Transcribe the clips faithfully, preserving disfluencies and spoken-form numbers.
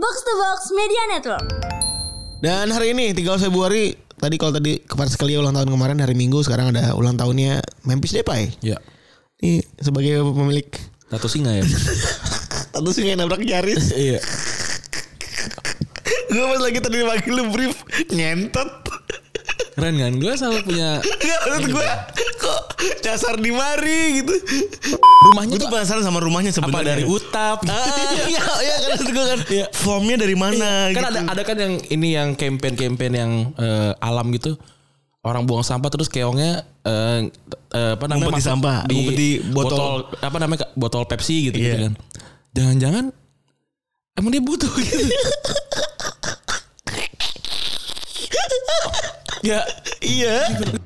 Box to Box Media Network. Dan hari ini tiga belas Februari, tadi kalau tadi kemarin sekali ulang tahun kemarin hari Minggu, sekarang ada ulang tahunnya Memphis Depay. Ya. Ini sebagai pemilik Tato singa ya. Tato singa yang nabrak Yaris. Iya. Gue pas lagi tadi pagi lu brief ngentot. Keren kan? Gue selalu punya. Enggak, menurut gue kok dasar di mari gitu. Rumahnya Gue tuh penasaran sama rumahnya sebenarnya. apa dari Utap? Ah, iya, iya kan itu gue kan. Iya. Formnya dari mana? Kan gitu. ada ada kan yang ini yang campaign-campaign yang uh, alam gitu. Orang buang sampah terus keongnya uh, uh, apa namanya? Ngumpet di sampah, di, ngumpet di botol. botol apa namanya? Botol Pepsi gitu, Iya. gitu kan. Jangan-jangan emang dia butuh gitu. Ya, Iya.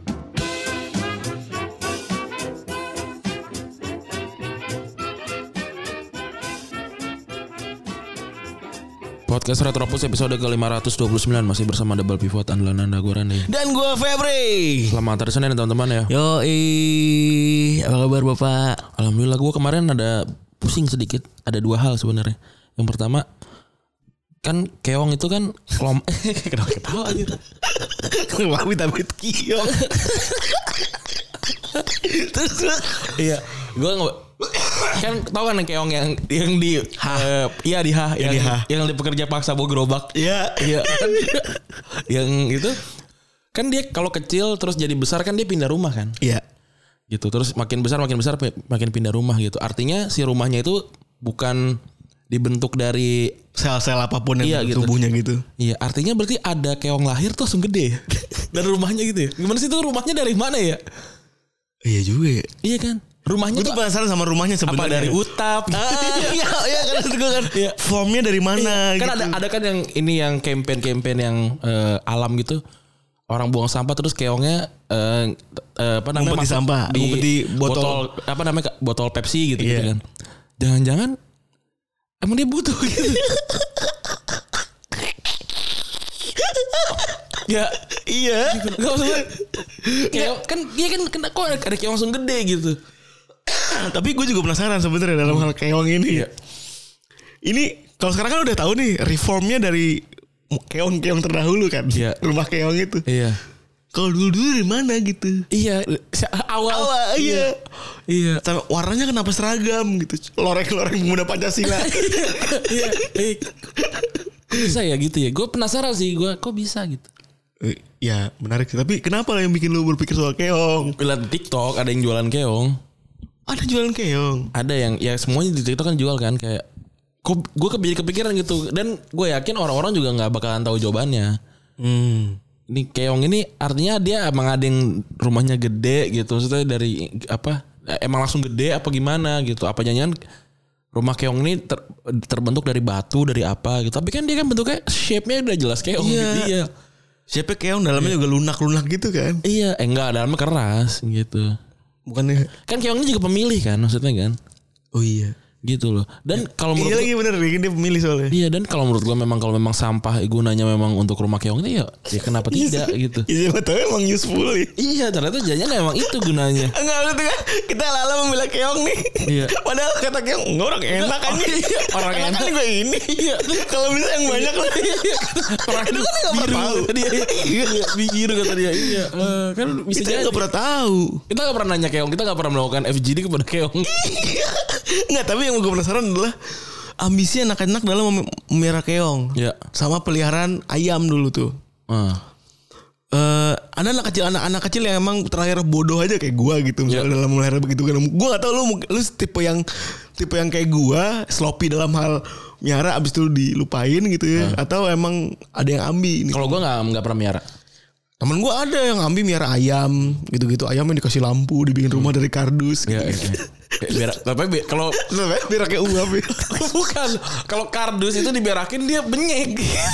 Podcast Retropus episode ke lima ratus dua puluh sembilan masih bersama Double Pivot andalan Anda gue Randy. Dan gue Febri. Selamat hari Senin teman-teman ya. Yo, apa kabar Bapak? Alhamdulillah gue kemarin ada pusing sedikit. Ada dua hal sebenarnya. Yang pertama kan keong itu kan kelom kenapa ketawa aja. Wah, tapi kiong. Terus Iya, gue nggak kan tahu kan yang keong yang yang di H, uh, iya di H, yang di H. yang di pekerja paksa bawa gerobak. Iya. Iya. Kan, yang itu kan dia kalau kecil terus jadi besar kan dia pindah rumah kan. Iya. Gitu terus makin besar makin besar makin pindah rumah gitu. Artinya si rumahnya itu bukan dibentuk dari Sel-sel apapun yang iya, di gitu. tubuhnya gitu. Iya, artinya berarti ada keong lahir tuh langsung gede ya. Dari rumahnya gitu ya. Gimana sih tuh rumahnya dari mana ya? Iya juga ya. Iya kan? Rumahnya Gue tuh penasaran sama rumahnya sebenarnya. apa dari Utap? Ah, iya, iya kan itu gue kan. Iya. Formnya dari mana Kan gitu. ada ada kan yang ini yang campaign-campaign yang uh, alam gitu. Orang buang sampah terus keongnya uh, uh, apa namanya? Ngumpet di masuk sampah, ngumpet di botol. apa namanya? Botol Pepsi gitu, Iya. gitu kan. Jangan-jangan emang dia butuh gitu. Ya, Iya. enggak maksudnya. Kayak kan dia kan kena kok ada, ada keong langsung gede gitu. Tapi gue juga penasaran sebenarnya dalam hal keong ini. Iya. Ini kalau sekarang kan udah tahu nih reformnya dari keong-keong terdahulu kan. Iya. Rumah keong itu. Iya. Kalau dulu-dulu dari mana gitu? Iya, awal. Awal, iya. Iya. Sampai warnanya kenapa seragam gitu. Loreng-loreng pemuda Pancasila. Iya. Eh, kok bisa ya gitu ya? Gue penasaran sih, gue kok bisa gitu. Eh, ya menarik sih. Tapi kenapa yang bikin lu berpikir soal keong? Lihat TikTok ada yang jualan keong. Ada jualan keong. Ada yang ya semuanya di TikTok kan jual kan kayak. Kok gue kepikiran gitu dan gue yakin orang-orang juga nggak bakalan tahu jawabannya. Hmm. Ini keong ini artinya dia emang ada yang rumahnya gede gitu. Maksudnya dari apa? Emang langsung gede apa gimana gitu? Apa jangan rumah keong ini ter, terbentuk dari batu dari apa gitu? Tapi kan dia kan bentuknya shape-nya udah jelas keong. Iya. Gitu, iya. Siapa keong dalamnya juga lunak-lunak gitu kan? Iya, eh enggak dalamnya keras gitu. Bukannya? Kan keongnya juga pemilih kan maksudnya kan? Oh iya. Gitu loh. Dan kalau menurut Iya gua, lagi bener, dia pemilih soalnya. iya dan kalau menurut gua memang kalau memang sampah gunanya memang untuk rumah keong ini ya, ya kenapa tidak gitu. Iya siapa tahu emang useful ya. Iya ternyata jadinya emang itu gunanya. Enggak betul kan? Kita lala membela keong nih. Iya. Padahal kata keong enggak orang enak aja. Iya, orang enak. enak. Kan gue ini. Iya. Kalau bisa yang banyak lah. Orang Itu kan nggak pernah tahu. Dia, iya, biru kata dia. Iya. Eh, kan bisa Kita jadi. nggak pernah tahu. Kita nggak pernah nanya keong, kita nggak pernah melakukan F G D kepada keong. Enggak, tapi yang gue penasaran adalah ambisi anak-anak dalam memelihara keong. Iya. Sama peliharaan ayam dulu tuh. Ah. Eh, ada anak kecil anak-anak kecil yang emang terakhir bodoh aja kayak gua gitu misalnya Yeah. dalam memelihara begitu kan. Gua gak tahu lu lu tipe yang tipe yang kayak gua sloppy dalam hal miara abis itu dilupain gitu ya, Uh. atau emang ada yang ambi ini. Kalau gue nggak nggak pernah miara. Temen gua ada yang ambi miara ayam gitu-gitu, ayamnya dikasih lampu, dibikin rumah dari kardus. Iya. Gitu. Biar tapi bi- kalau Biar kayak uap ya. bukan kalau kardus itu diberakin dia benyek.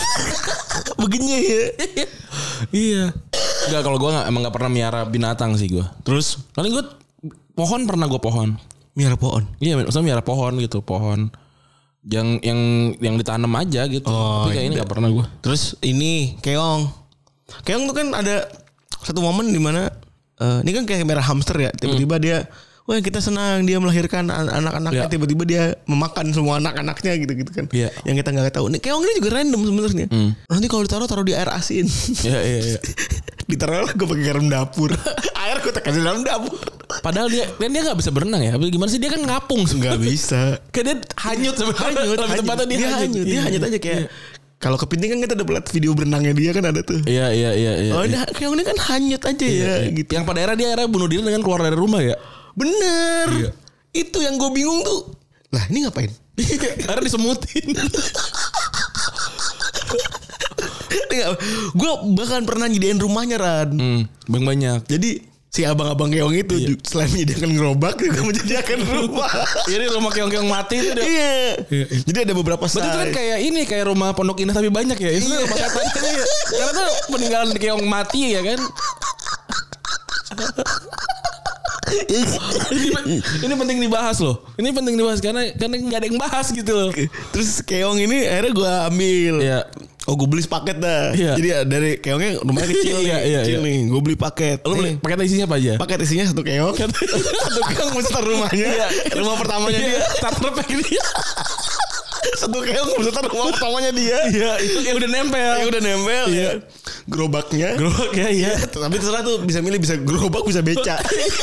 Begini ya. Iya. Enggak kalau gue nggak emang nggak pernah miara binatang sih gue. Terus Paling gue pohon pernah gue pohon. miara pohon. Iya, maksudnya miara pohon gitu, pohon yang yang yang ditanam aja gitu. Oh, Tapi kayak ini iya. nggak pernah gue. Terus ini keong. Keong tuh kan ada satu momen di mana uh, ini kan kayak merah hamster ya. Tiba-tiba dia wah kita senang dia melahirkan an- anak-anaknya, Ya. tiba-tiba dia memakan semua anak-anaknya gitu-gitu kan. Ya. Yang kita nggak tahu. Nih keong ini juga random sebenarnya. Hmm. Nanti kalau ditaruh taruh di air asin. Iya iya iya. Ditaruh lah gue pakai garam dapur. Air gue tekan di dalam dapur. Padahal dia dan dia nggak bisa berenang ya. Apa gimana sih dia kan ngapung Nggak sebenarnya. bisa. Kayak dia hanyut sebenarnya. Hanyut, Lebih hanyut. tepatnya dia, Dia hanyut, dia Iya. hanyut aja kayak. Kalau kepiting kan kita udah lihat video berenangnya dia kan ada tuh. Iya iya iya iya. Oh ini iya. keong ini kan hanyut aja ya gitu. Yang pada akhirnya dia akhirnya bunuh diri dengan keluar dari rumah ya. Bener. Iya. Itu yang gue bingung tuh. Lah ini ngapain? Akhirnya disemutin. Gue bahkan pernah nyediain rumahnya Ran. Hmm, bang banyak. Jadi si abang-abang keong itu Iya. ju- selain menyediakan gerobak juga menyediakan rumah. Jadi rumah keong-keong mati itu dia. Iya. Iya. Jadi ada beberapa Berarti itu kan size. kayak ini kayak rumah pondok indah tapi banyak ya. Itu rumah katanya ya. Karena tuh peninggalan keong mati ya kan. ini, ini penting dibahas loh. Ini penting dibahas karena karena nggak ada yang bahas gitu loh. Terus keong ini akhirnya gue ambil. Iya. Oh gue beli paket dah. Iya. Jadi ya, dari keongnya rumahnya kecil nih, Iya, iya, kecil iya. nih. Gue beli paket. Lu beli paket isinya apa aja? Paket isinya satu keong. Satu keong beserta rumahnya. Iya. Rumah pertamanya dia. Starter pack dia. Satu keong beserta rumah pertamanya dia. Iya, itu kayak udah nempel. Ya udah nempel ya. Gerobaknya. Gerobak ya, iya. Tapi terserah tuh bisa milih bisa gerobak bisa beca.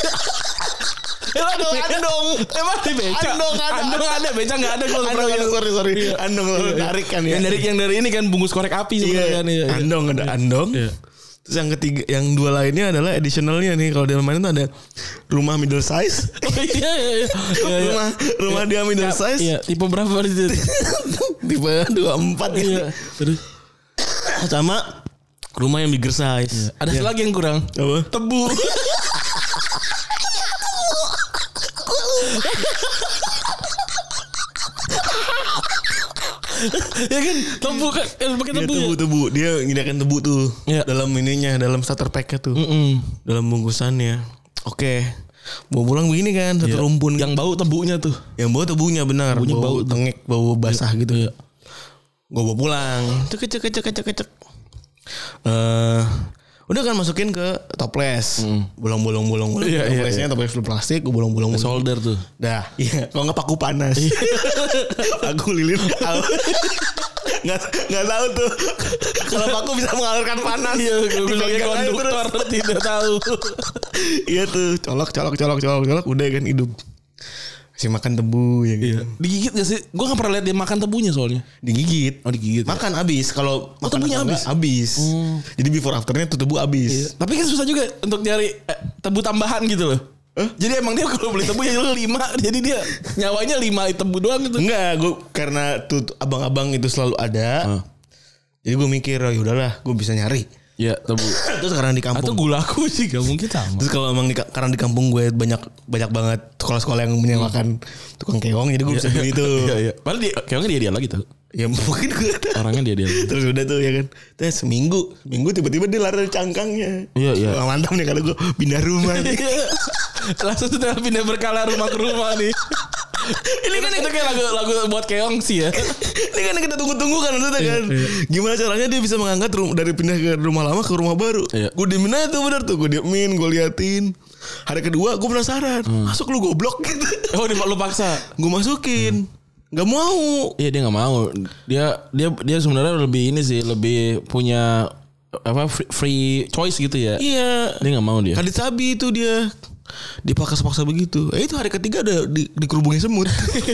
Aduh, andong. Emang di beca? Andong ada. Andong ada, beca nggak ada. Gue Andong, andong, sorry, sorry. Iya. Andong Iya, iya. tarik kan ya. Yang dari yang dari ini kan bungkus korek api sebenarnya Iya, kan. Iya, iya. andong ada andong. Iya. Terus yang ketiga, yang dua lainnya adalah additionalnya nih. Kalau di mana itu ada rumah middle size. Oh, iya, iya, iya. Iya, iya. rumah rumah dia middle Ya, size. Iya, tipe berapa itu? Tipe dua puluh empat Iya. gitu. Terus Sama rumah yang bigger size. ada Ya. satu lagi yang kurang. Apa? Tebu. Ya kan tebu kan eh, pakai Dia tebu. tebu ya? tebu. Dia nyediakan tebu tuh Iya. dalam ininya, dalam starter packnya tuh, Mm-mm. dalam bungkusannya. Oke, bawa pulang begini kan satu Iya. rumpun. Yang bau tebunya tuh. Yang bau tebunya benar, Tebunya bau, bau tuh. tengek, bau basah gitu. Iya. Gue bawa pulang. Cek cek cek cek cek cek. Eh, udah kan masukin ke toples. Bolong-bolong bolong-bolong. Iya, iya, Toplesnya toples full plastik, gue bolong-bolong. bolong. Solder tuh. Dah, iya. Kalau nggak paku panas. Paku lilin. Nggak nggak tahu tuh. Kalau paku bisa mengalirkan panas. Iya, gue sebagai Dipegang aja konduktor terus. tidak tahu. Iya tuh, colok colok colok colok colok. Udah kan hidup. Kasih makan tebu ya gitu. Digigit gak sih? Gue gak pernah lihat dia makan tebunya soalnya. Digigit. Oh digigit. Makan abis. Kalau makan tebunya atau habis? enggak, habis. Jadi before afternya tuh tebu abis. Tapi kan susah juga untuk nyari eh, tebu tambahan gitu loh. Jadi emang dia kalau beli tebu ya lima. Jadi dia nyawanya lima tebu doang gitu. Enggak, gue karena tuh tuh abang-abang itu selalu ada. Jadi gue mikir, oh yaudahlah, gue bisa nyari. Ya tebu. Terus karena di Atau kampung. gulaku sih gak mungkin sama. Terus kalau emang di, karena di kampung gue banyak banyak banget sekolah-sekolah yang menyewakan tukang keong, jadi gue bisa beli itu. Iya iya. Padahal dia kayaknya dia dia lagi tuh. Ya mungkin gue. Orangnya dia dia. Lagi. Terus udah tuh ya kan. Terus seminggu, seminggu tiba-tiba dia lari dari cangkangnya. Iya, iya. Wah, mantap nih kalau gue pindah rumah nih. Langsung sudah pindah berkala rumah ke rumah nih. Ini kan itu kayak lagu lagu buat keong sih ya. Ini kan yang kita tunggu-tunggu kan maksudnya kan. Gimana caranya dia bisa mengangkat rum- dari pindah ke rumah lama ke rumah baru. Iya. Gue diemin aja tuh bener tuh. Gue diemin, gue liatin. Hari kedua gue penasaran. Masuk lu goblok gitu. Oh di lu paksa. Gue masukin. Gak mau. Iya dia nggak mau. Dia dia dia sebenarnya lebih ini sih lebih punya apa free, free choice gitu ya. Iya. Dia nggak mau dia. Kadit sabi itu dia. Dipaksa-paksa begitu. Eh itu hari ketiga ada di, dikerubungi semut.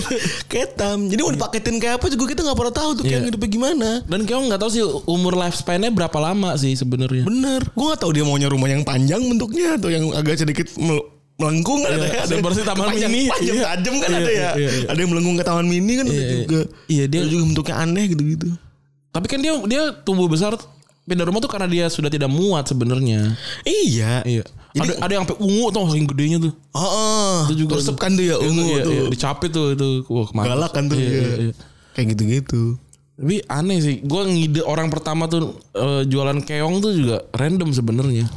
Ketam. Jadi mau dipaketin kayak apa juga kita nggak pernah tahu tuh kayak Iya. hidupnya gimana. Dan keong nggak tahu sih umur lifespan-nya berapa lama sih sebenarnya. Bener. Gue nggak tahu dia maunya rumah yang panjang bentuknya atau yang agak sedikit mel- melengkung kan Iya, ada ya. Ada seperti taman panjang, mini. Panjang Iya. tajam kan Iya, ada ya. iya, iya. Ada yang melengkung ke taman mini kan ada Iya, iya. juga. Iya, dia- Ada juga bentuknya aneh gitu-gitu. Tapi kan dia dia tumbuh besar pindah rumah tuh karena dia sudah tidak muat sebenarnya. Iya. Iya. Jadi- ada ada yang sampai ungu tuh saking gedenya tuh. Oh, oh. Itu juga Tersep tuh. kan tuh ya ungu Iya, tuh. iya, dicapit tuh itu. Wah, kemana? Galak kan tuh. Iya, Iya. iya, iya. Kayak gitu-gitu. Tapi aneh sih. Gue ngide orang pertama tuh eh, jualan keong tuh juga random sebenarnya.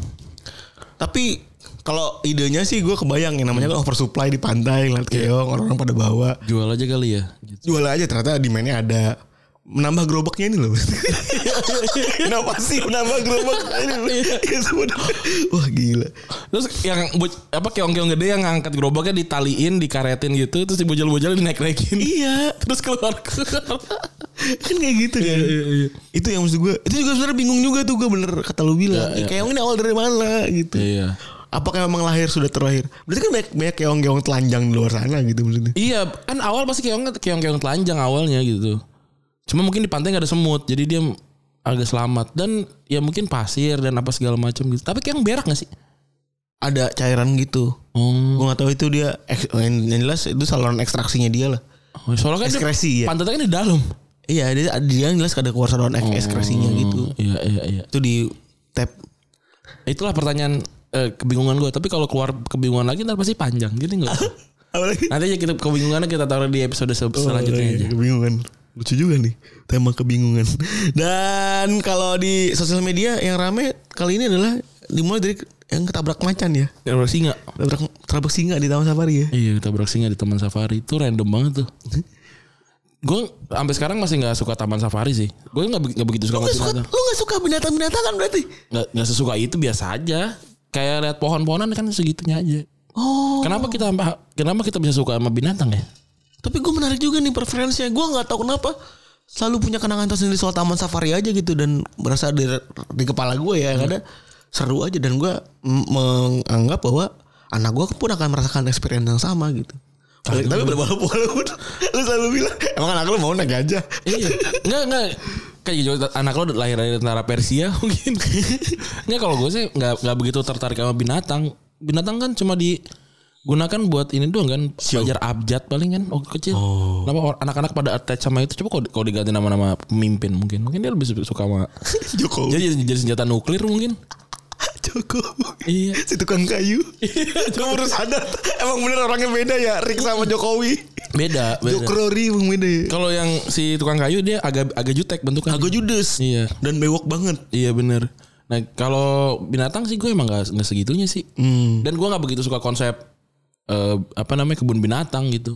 Tapi kalau idenya sih gue kebayang yang namanya kan oversupply di pantai ngeliat keong orang-orang pada bawa. Jual aja kali ya. Gitu. Jual aja ternyata demandnya ada. menambah gerobaknya ini loh. Inovasi menambah gerobaknya ini loh. Wah gila. Terus yang apa keong-keong gede yang ngangkat gerobaknya ditaliin, dikaretin gitu, terus si bojol-bojol dinaik-naikin. Iya, terus keluar keluar. Kan kayak gitu kan. Iya, iya, iya. Itu yang maksud gue. Itu juga sebenarnya bingung juga tuh gue bener kata lu bilang. Ya, ya. Keong ini awal dari mana gitu. Iya. Apakah memang lahir sudah terlahir? Berarti kan banyak banyak keong-keong telanjang di luar sana gitu maksudnya. Iya, kan awal pasti keong keong-keong telanjang awalnya gitu. Cuma mungkin di pantai gak ada semut, jadi dia agak selamat. Dan ya mungkin pasir dan apa segala macam gitu. Tapi keong berak gak sih? Ada cairan gitu. Hmm. Gue gak tahu itu dia. Yang jelas itu saluran ekstraksinya dia lah. Oh, soalnya kan ekskresi ya. Pantatnya kan di dalam. Iya, dia, dia jelas ada keluar saluran oh, ekskresinya gitu. Iya, iya, iya. Itu di tap. Itulah pertanyaan eh, kebingungan gue. Tapi kalau keluar kebingungan lagi ntar pasti panjang. Jadi gak Apalagi? Nanti aja kita kebingungannya kita taruh di episode selanjutnya oh, iya, aja. Kebingungan. Lucu juga nih tema kebingungan. Dan kalau di sosial media yang rame kali ini adalah dimulai dari yang ketabrak macan ya. Ketabrak singa. Ketabrak, ketabrak singa di Taman Safari ya. Iya, ketabrak singa di Taman Safari itu random banget tuh. Gue sampai sekarang masih nggak suka Taman Safari sih. Gue nggak nggak begitu suka binatang. Lu nggak suka binatang-binatangan berarti? Nggak nggak sesuka itu, biasa aja. Kayak lihat pohon-pohonan kan segitunya aja. Oh. Kenapa kita kenapa kita bisa suka sama binatang ya? Tapi gue menarik juga nih preferensinya. Gue gak tahu kenapa selalu punya kenangan tersendiri soal Taman Safari aja gitu. Dan berasa di, di kepala gue ya. Hmm. Karena seru aja. Dan gue m- menganggap bahwa anak gue pun akan merasakan experience yang sama gitu. Tapi walaupun walaupun lu selalu bilang emang anak lu mau naik gajah. Iya. Enggak enggak. Kayak gitu anak lo lahir dari tentara Persia mungkin. Enggak, kalau gue sih enggak enggak begitu tertarik sama binatang. Binatang kan cuma di gunakan buat ini doang kan, belajar abjad paling kan waktu kecil. Oh. Kenapa anak-anak pada attach sama itu? Coba kalau diganti nama-nama pemimpin mungkin. Mungkin dia lebih suka sama Jokowi. Jadi jadi senjata nuklir mungkin. Jokowi. Iya. Si tukang kayu. Gue baru sadar. Emang bener orangnya beda ya, Rick sama Jokowi. Beda, beda. Jokowi emang beda ya. Kalau yang si tukang kayu dia agak agak jutek bentuknya. Agak judes. Iya. Dan bewok banget. Iya bener. Nah kalau binatang sih gue emang gak, gak segitunya sih. Hmm. Dan gue gak begitu suka konsep Uh, apa namanya kebun binatang gitu.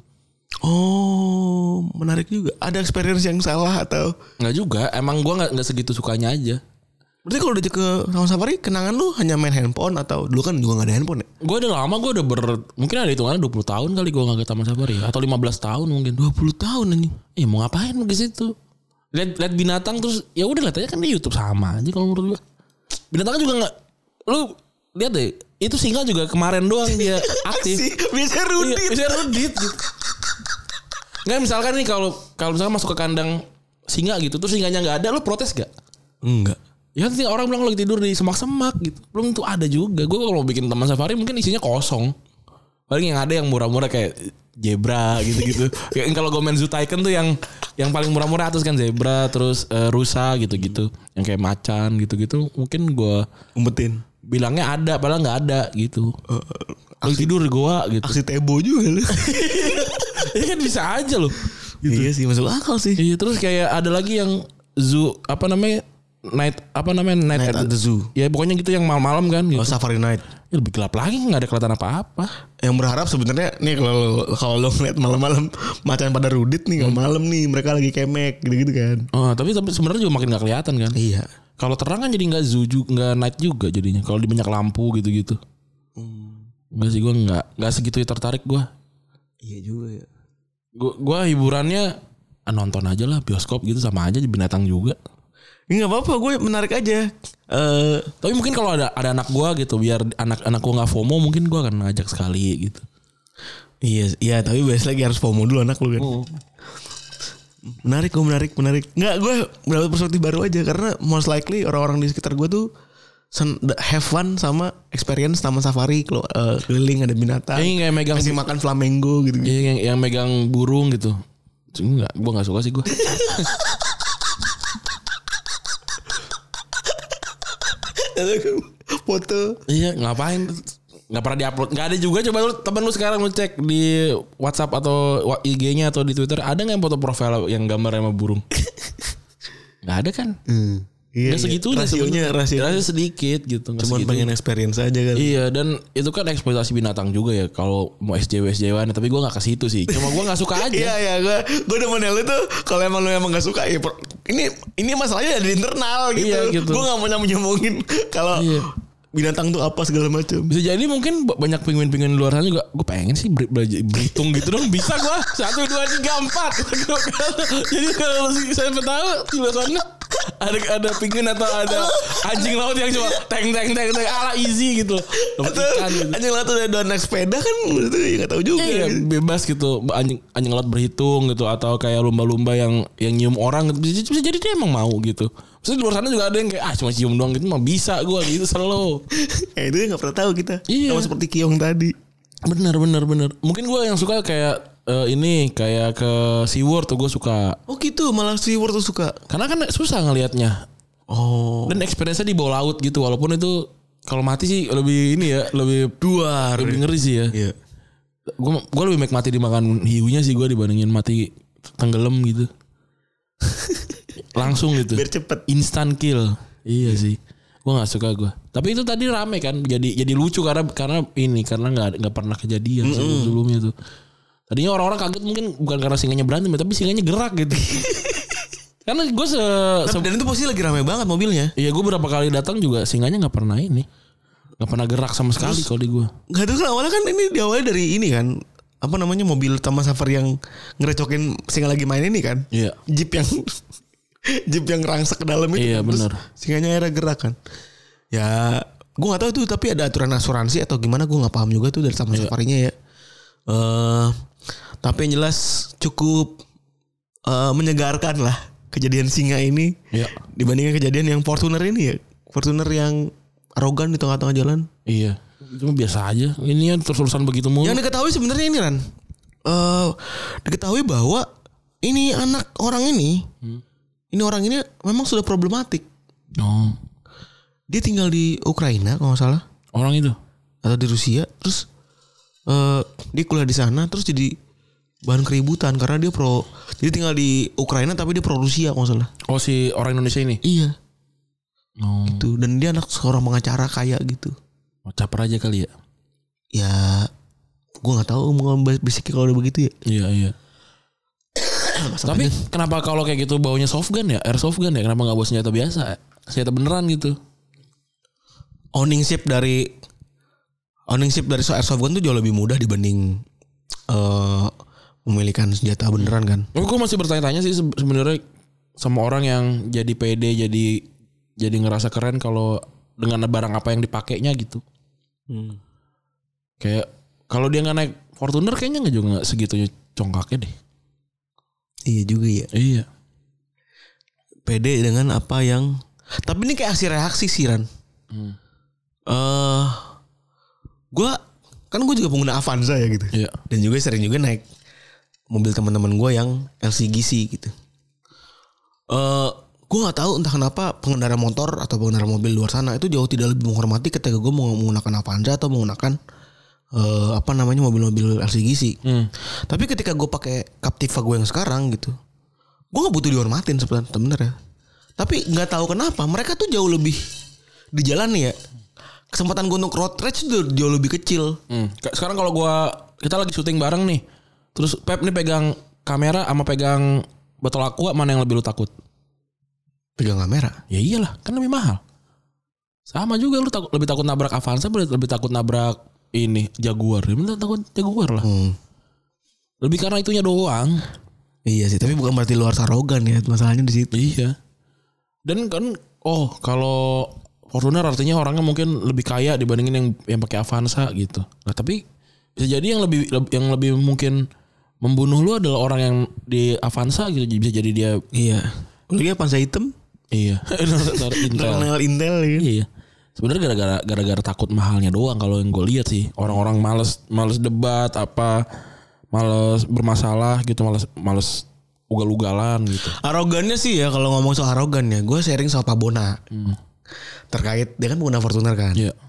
Oh, menarik juga. Ada experience yang salah atau? Nggak juga. Emang gue nggak nggak segitu sukanya aja. Berarti kalau udah ke Taman Safari, kenangan lu hanya main handphone atau dulu kan juga nggak ada handphone ya? Gue udah lama, gue udah ber mungkin ada hitungannya dua puluh tahun kali gue nggak ke Taman Safari atau lima belas tahun mungkin. dua puluh tahun anjing. Iya mau ngapain ke situ? Lihat lihat binatang terus ya udah lihat aja kan di YouTube sama aja kalau menurut gue. Binatang juga nggak. Lu lihat deh. Itu singa juga kemarin doang dia aktif. Bisa rudit. Iya, bisa rudit gitu. Nggak misalkan nih kalau kalau misalkan masuk ke kandang singa gitu, terus singanya nggak ada, lo protes gak? Enggak. Ya nanti orang bilang lo lagi tidur di semak-semak gitu. Belum tuh ada juga. Gue kalau bikin Taman Safari mungkin isinya kosong. Paling yang ada yang murah-murah kayak zebra gitu-gitu. Kayak kalau gue main Zoo Tycoon tuh yang yang paling murah-murah atas kan zebra, terus uh, rusa gitu-gitu. Yang kayak macan gitu-gitu. Mungkin gue umpetin. Bilangnya ada, padahal nggak ada gitu. Uh, Lagi tidur di goa gitu. Aksi tebo juga lu. Ya kan bisa aja loh. Gitu. Iya sih masuk akal sih. Iya terus kayak ada lagi yang zoo apa namanya night apa namanya night, night at the zoo. Ya pokoknya gitu yang malam-malam kan. Gitu. Oh Safari Night. Ya lebih gelap lagi nggak ada kelihatan apa-apa. Yang berharap sebenarnya nih kalau kalau lo ngeliat malam-malam macan pada rudit nih, hmm. malam nih mereka lagi kemek gitu-gitu kan. Oh tapi tapi sebenarnya juga makin nggak kelihatan kan. Iya. Kalau terang kan jadi nggak zoo juga, nggak night juga jadinya. Kalau di banyak lampu gitu-gitu. Hmm. Nggak sih gue nggak nggak segitu tertarik gue. Iya juga ya. Gue gue hiburannya ah, nonton aja lah bioskop gitu sama aja binatang juga. Nggak apa-apa, gue menarik aja. Uh, tapi mungkin kalau ada ada anak gue gitu, biar anak-anak gue nggak FOMO, mungkin gue akan ngajak sekali gitu. Iya, iya tapi biasa lagi harus FOMO dulu anak lu kan. Oh. Menarik, gue menarik, menarik. Nggak, gue mendapat perspektif baru aja karena most likely orang-orang di sekitar gue tuh have fun sama experience Taman Safari, kalau uh, keliling ada binatang. Yang megang kasih makan flamingo gitu. Iya, yang, yang megang burung gitu. Enggak, gue nggak suka sih gue. Foto. Iya, ngapain? Nggak pernah diupload. Nggak ada juga. Coba lu temen lu sekarang lu cek di WhatsApp atau I G-nya atau di Twitter, ada nggak yang foto profil yang gambar sama burung? Nggak ada kan? Hmm. Iya, Nggak segitu rasionya rasio rasio sedikit gitu. Cuma pengen experience aja kan. Iya, dan itu kan eksploitasi binatang juga ya kalau mau S J W S J W-an, tapi gue nggak ke situ sih. Cuma gue nggak suka aja. Iya iya gue gue demen lu tuh kalau emang lu emang nggak suka ya per, ini ini masalahnya ada di internal gitu. Iya, gitu. Gue nggak mau nyombongin kalau Iya. binatang tuh apa segala macam. Bisa jadi mungkin banyak penguin-penguin di luar sana juga. Gue pengen sih ber- belajar berhitung gitu dong. Bisa gue satu dua tiga empat. Jadi kalau saya tahu di luar sana ada ada penguin atau ada anjing laut yang cuma teng teng teng teng ala easy gitu. Dapat ikan gitu. Anjing laut udah doan naik sepeda kan itu ya nggak tahu juga. Iya, gitu. bebas gitu. Anjing anjing laut berhitung gitu atau kayak lumba-lumba yang yang nyium orang gitu. Bisa, bisa jadi dia emang mau gitu. Maksudnya di luar sana juga ada yang kayak ah cuma cium doang gitu mah bisa gue gitu selalu. Ya itu nggak pernah tahu kita. Iya. Sama seperti Kiong tadi. Bener bener bener. Mungkin gue yang suka kayak uh, ini kayak ke SeaWorld tuh gue suka. Oh gitu malah SeaWorld tuh suka. Karena kan susah ngelihatnya. Oh. Dan experience-nya di bawah laut gitu. Walaupun itu kalau mati sih lebih ini ya lebih Duar. lebih ngeri sih ya. Iya. Gue gue lebih baik mati dimakan hiunya sih gue dibandingin mati tenggelam gitu. Langsung gitu. Biar cepet. Instant kill. Iya sih. Gue nggak suka gue. Tapi itu tadi rame kan. Jadi jadi lucu karena karena ini karena nggak nggak pernah kejadian Mm-mm. sebelum sebelumnya tuh. Tadinya orang-orang kaget mungkin bukan karena singanya berantem, tapi singanya gerak gitu. Karena gue se, se Dan itu pasti lagi rame banget mobilnya. iya gue berapa kali datang juga singanya nggak pernah ini, nggak pernah gerak sama sekali kalau di gue. Gak tahu kan awalnya kan ini diawali dari ini kan apa namanya mobil Taman Safari yang ngerecokin singa lagi main ini kan. Iya. Jeep yang Jeep yang rangsak ke dalam itu. Iya, kan. Terus benar. singanya akhirnya gerak kan. Ya gue nggak tahu tuh tapi ada aturan asuransi atau gimana gue nggak paham juga tuh dari Taman Iya. Safarinya ya. Eh tapi yang jelas cukup eh, menyegarkan lah kejadian singa ini. Iya. Dibandingkan kejadian yang Fortuner ini ya. Fortuner yang arogan di tengah-tengah jalan. Iya. Cuma biasa aja. Ini ya terus-terusan begitu mulu. Yang diketahui sebenarnya ini Ran. Eh diketahui bahwa ini anak orang ini, Hmm. ini orang ini memang sudah problematik. Oh. Dia tinggal di Ukraina kalau nggak salah Orang itu. atau di Rusia. Terus eh dia kuliah di sana terus jadi bahan keributan karena dia pro. Jadi tinggal di Ukraina tapi dia pro Rusia kalau nggak salah. Oh si orang Indonesia ini. Iya. Oh. Tuh dan dia anak seorang pengacara kaya gitu. Oh, caper aja kali ya. Ya, gue nggak tahu mau basicnya kalau udah begitu ya. Iya iya. Tapi Masalahnya, kenapa kalau kayak gitu baunya soft gun ya, airsoft gun ya? Kenapa nggak bawa senjata biasa? Senjata beneran gitu. ownership dari ownership dari airsoft gun tuh jauh lebih mudah dibanding uh, memiliki senjata beneran kan. Oh, gue masih bertanya-tanya sih se- sebenarnya sama orang yang jadi pede, jadi jadi ngerasa keren kalau dengan barang apa yang dipakainya gitu. Hmm. Kayak kalau dia nggak naik Fortuner kayaknya nggak juga nggak segitunya congkaknya deh. Iya juga ya. Iya. Pede dengan apa yang. Tapi ini kayak hasil reaksi sih Ran. Hmm. Eh, gue kan gue juga pengguna Avanza ya gitu. Iya. Dan juga sering juga naik mobil teman-teman gue yang L C G C gitu. Eh, gue nggak tahu entah kenapa pengendara motor atau pengendara mobil luar sana itu jauh tidak lebih menghormati ketika gue mau menggunakan Avanza atau menggunakan eh, apa namanya mobil-mobil L C G C. Hmm. Tapi ketika gue pakai Captiva gue yang sekarang gitu, gue nggak butuh dihormatin sebenarnya. Tapi nggak tahu kenapa mereka tuh jauh lebih di jalan nih ya. Kesempatan gue untuk road rage tuh jauh lebih kecil. Hmm. Sekarang kalau gua kita lagi syuting bareng nih, terus Pep nih pegang kamera sama pegang botol aqua, mana yang lebih lu takut? Pegang kamera. Ya iyalah, kan lebih mahal. Sama juga lu takut, lebih takut nabrak Avanza, lebih takut nabrak ini Jaguar. Ya bener takut Jaguar lah. Hmm. Lebih karena itunya doang. Iya sih, tapi bukan berarti luar arogan ya, masalahnya di situ. Iya. Dan kan oh kalau Fortuner artinya orangnya mungkin lebih kaya dibandingin yang yang pakai Avanza gitu. Nah, tapi bisa jadi yang lebih yang lebih mungkin membunuh lu adalah orang yang di Avanza gitu. Bisa jadi dia Iya. Lagi Avanza hitam, iya. Intel. kenal Intel ya. Iya. Sebenarnya gara-gara gara-gara takut mahalnya doang kalau yang gue lihat sih. Orang-orang males males debat apa, males bermasalah gitu, males males ugal-ugalan gitu. Arogannya sih ya kalau ngomong soal arogan ya, gue sharing soal Pak Bona. Hmm. Terkait dia kan pengguna Fortuner kan. Iya.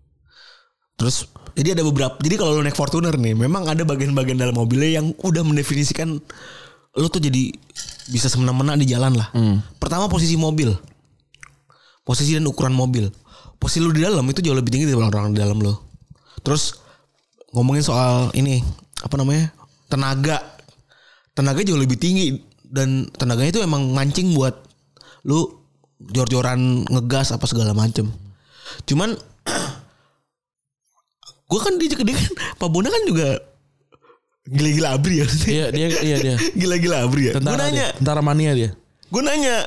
Terus jadi ada beberapa. Jadi kalau lu naik Fortuner nih, memang ada bagian-bagian dalam mobilnya yang udah mendefinisikan lu tuh jadi bisa semena-mena di jalan lah. Hmm. Pertama posisi mobil. posisi dan ukuran mobil. Posisi lu di dalam itu jauh lebih tinggi daripada orang di dalam lo. Terus ngomongin soal ini apa namanya tenaga, tenaga jauh lebih tinggi dan tenaganya itu emang mancing buat lu jor-joran ngegas apa segala macem. Cuman gue kan dia dia kan Pak Bona kan juga gila-gila abri ya. Iya dia iya dia. Gila-gila abri ya. Gue nanya, tentara mania dia. Gue nanya,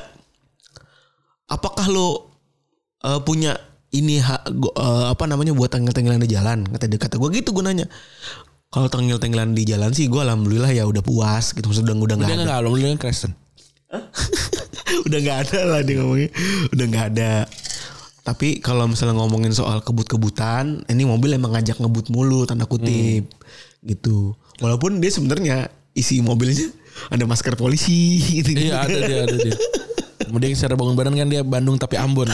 apakah lo uh, punya ini ha, gua, uh, apa namanya buat tengil-tengilan di jalan? Kata dia kata gue gitu gue nanya. Kalau tengil-tengilan di jalan sih gue alhamdulillah ya udah puas gitu. Maksudnya udah udah nggak ada. Udah nggak alhamdulillah Kristen. Udah nggak ada lah dia ngomongnya. Udah nggak ada. Tapi kalau misalnya ngomongin soal kebut-kebutan, ini mobil emang ngajak ngebut mulu tanda kutip hmm. gitu. Walaupun dia sebenarnya isi mobilnya ada masker polisi gitu. Iya ada dia ada dia. Kemudian secara bangun badan kan dia Bandung tapi Ambon.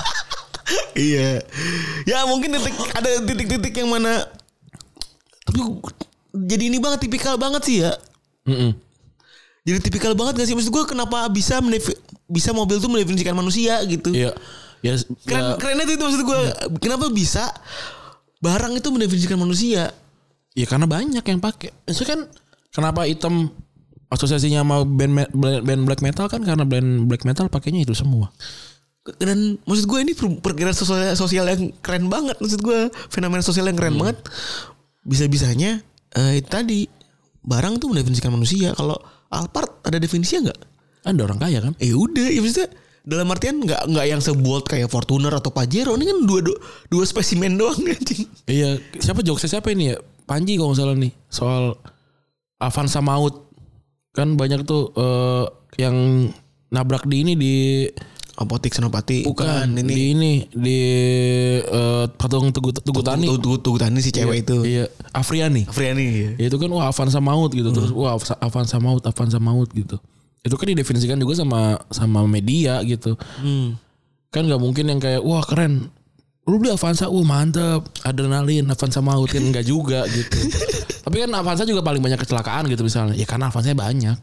Iya. Ya mungkin titik ada titik-titik yang mana tapi jadi ini banget tipikal banget sih ya. Mm-mm. Jadi tipikal banget gak sih maksud gue kenapa bisa mendefi- bisa mobil tuh mendefinisikan manusia gitu. Iya. Ya, keren, ya. Kerennya itu maksud gue ya. Kenapa bisa barang itu mendefinisikan manusia? Ya karena banyak yang pakai. Itu kan kenapa item asosiasinya sama band band black metal kan karena band black metal pakainya itu semua. Dan maksud gue ini perkiraan sosial, sosial yang keren banget. Maksud gue fenomena sosial yang keren hmm. banget. Bisa-bisanya eh, tadi barang tuh mendefinisikan manusia. Kalau Alphard ada definisinya nggak? Ada orang kaya kan? Eh udah ya maksudnya dalam artian nggak nggak yang sebold kayak Fortuner atau Pajero. Ini kan dua dua, dua spesimen doang anjing. Iya. Siapa jokesnya siapa ini ya? Panji kalau nggak salah nih soal Avanza Maut. Kan banyak tuh uh, yang nabrak di ini di Apotik Senopati. Bukan, bukan ini. Di ini di uh, patung Tugu Tugu Tani. Tugu Tugu Tani si cewek iya, itu. Iya, Afriani. Afriani iya. Ya, itu kan wah Avanza Maut gitu. Hmm. Terus wah Avanza Maut, Avanza Maut gitu. Itu kan didefinisikan juga sama sama media gitu. Hmm. Kan enggak mungkin yang kayak wah keren. Lu beli Avanza, wah mantep, adrenalin, Avanza Maut kan enggak juga gitu. Tapi kan Avanza juga paling banyak kecelakaan gitu misalnya. Ya karena Avanza banyak.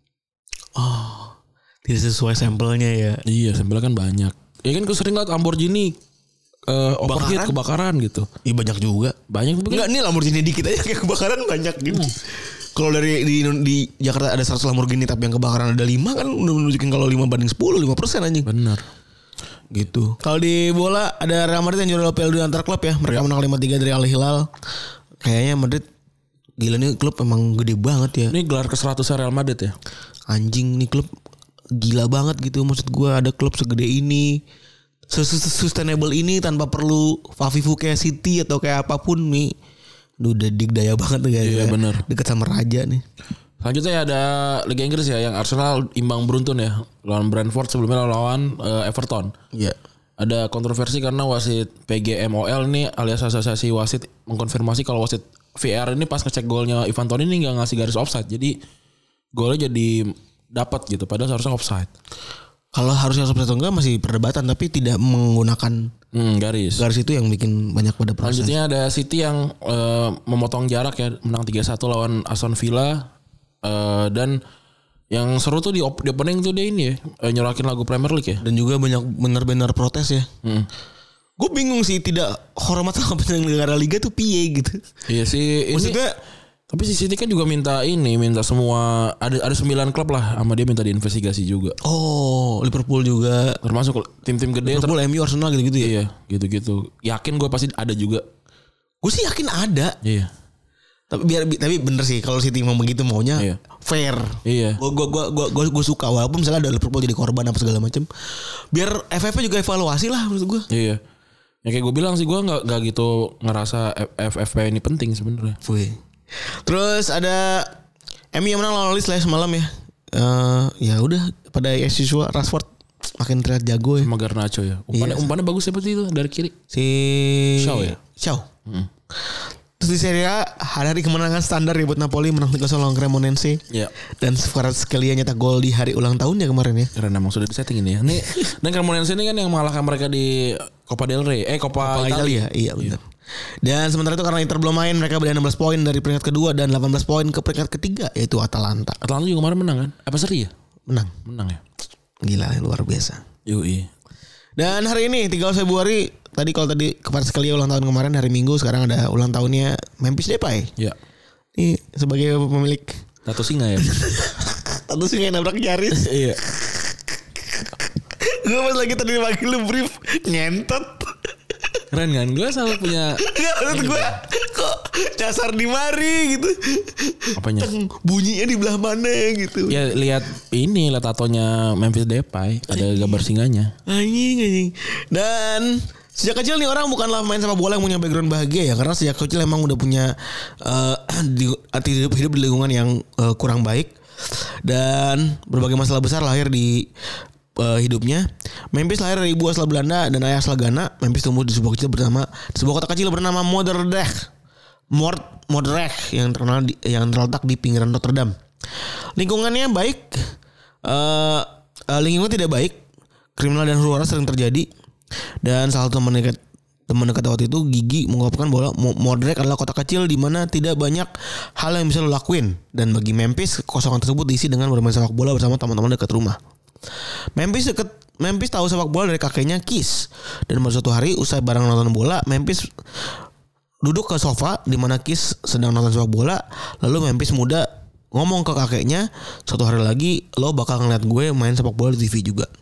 Oh, tidak sesuai sampelnya ya. Iya, sampelnya kan banyak. Ya kan gue sering lihat Lamborghini uh, overheat kebakaran gitu. Iya banyak juga. Banyak enggak nih Lamborghini dikit aja kayak kebakaran banyak gitu. Hmm. Kalau dari di, di Jakarta ada seratus Lamborghini tapi yang kebakaran ada lima kan udah menunjukin kalau lima banding sepuluh, lima persen anjing. Benar. Gitu. Kalau di bola ada Real Madrid yang juara Piala Dunia antar klub ya. Mereka menang lima tiga dari Al Hilal. Kayaknya Madrid gila nih klub emang gede banget ya. Ini gelar ke seratus Real Madrid ya. Anjing nih klub gila banget gitu. Maksud gue ada klub segede ini, sustainable ini tanpa perlu Fafifu kayak City atau kayak apapun nih. Udah digdaya banget tuh. Iya benar. Dekat sama raja nih. Selanjutnya ada Liga Inggris ya yang Arsenal imbang beruntun ya lawan Brentford, sebelumnya lawan uh, Everton. Iya. Ada kontroversi karena wasit P G M O L nih alias asosiasi wasit mengkonfirmasi kalau wasit V R ini pas ngecek golnya Ivan Toney ini nggak ngasih garis offside. Jadi golnya jadi dapat gitu padahal seharusnya offside. Kalau harusnya offside atau enggak masih perdebatan tapi tidak menggunakan hmm, garis. Garis itu yang bikin banyak pada proses. Selanjutnya ada City yang uh, memotong jarak ya menang tiga satu lawan Aston Villa. Uh, dan yang seru tuh di, op- di opening tuh dia ini ya uh, nyorakin lagu Premier League ya. Dan juga banyak benar-benar protes ya. Hmm. Gue bingung sih tidak hormat sama penyelenggara liga tuh piye gitu. Iya sih. Maksudnya tapi si City kan juga minta ini, minta semua ada ada sembilan klub lah sama dia minta diinvestigasi juga. Oh, Liverpool juga. Termasuk tim-tim gede. Liverpool, ter- M U, Arsenal gitu-gitu ya. Iya, gitu-gitu. Yakin gue pasti ada juga. Gue sih yakin ada. Iya. Tapi biar tapi bener sih kalau City mau begitu maunya iya. fair. Iya. Gue gue gue gue gue suka walaupun misalnya ada Liverpool jadi korban apa segala macam. Biar F F P juga evaluasi lah menurut gue. Iya. Ya kayak gue bilang sih gue nggak nggak gitu ngerasa F F P ini penting sebenarnya. Terus ada M U yang menang lawan Leeds lah semalam ya. Uh, ya udah pada as usual Rashford makin terlihat jago ya. Sama Garnacho ya. Umpannya iya. umpannya bagus seperti itu dari kiri. Si Shaw ya. Shaw. Hmm. Terus di Serie A hari kemenangan standar ya buat Napoli menang tiga nol lawan Cremonense. Iya. Dan Kvaratskhelia nyetak gol di hari ulang tahunnya kemarin ya. Karena emang sudah disetting ini ya. Nih dan Cremonense ini kan yang mengalahkan mereka di Copa del Rey, eh Copa, Copa Italia. Iya benar. Iya. Dan sementara itu karena Inter belum main, mereka berada enam belas poin dari peringkat kedua dan delapan belas poin ke peringkat ketiga yaitu Atalanta. Atalanta juga kemarin menang kan? Apa seri ya? Menang. Menang ya. Gila luar biasa. Yoi. Dan hari ini tiga belas Februari, tadi kalau tadi kemarin sekali ulang tahun kemarin hari Minggu, sekarang ada ulang tahunnya Memphis Depay. Iya. Ini sebagai pemilik tato singa ya. Tato singa yang nabrak Yaris. Iya. Gue pas lagi tadi pagi lu brief ngentot. Keren kan? Gue selalu punya. Enggak, menurut gue kok casar di mari gitu. Apanya? Bunyinya di belah mana gitu. Ya lihat ini, lihat tatonya Memphis Depay, ada gambar singanya. Anjing anjing. Dan sejak kecil nih orang bukanlah main sepak bola yang punya background bahagia ya, karena sejak kecil emang udah punya uh, di, hidup hidup di lingkungan yang uh, kurang baik dan berbagai masalah besar lahir di uh, hidupnya. Memphis lahir dari ibu asal Belanda dan ayah asal Ghana. Memphis tumbuh di sebuah kecil bernama sebuah kota kecil bernama Moordrecht. Moord Moordrecht yang terkenal di, yang terletak di pinggiran Rotterdam. Lingkungannya baik, uh, uh, lingkungan tidak baik, kriminal dan huru hara sering terjadi. Dan salah satu teman dekat teman dekat waktu itu Gigi mengungkapkan bahwa Moordrecht adalah kota kecil di mana tidak banyak hal yang bisa lo lakuin, dan bagi Memphis kekosongan tersebut diisi dengan bermain sepak bola bersama teman-teman dekat rumah. Memphis deket, Memphis tahu sepak bola dari kakeknya Kees, dan pada suatu hari usai bareng nonton bola, Memphis duduk ke sofa di mana Kees sedang nonton sepak bola. Lalu Memphis muda ngomong ke kakeknya, suatu hari lagi lo bakal ngeliat gue main sepak bola di T V juga.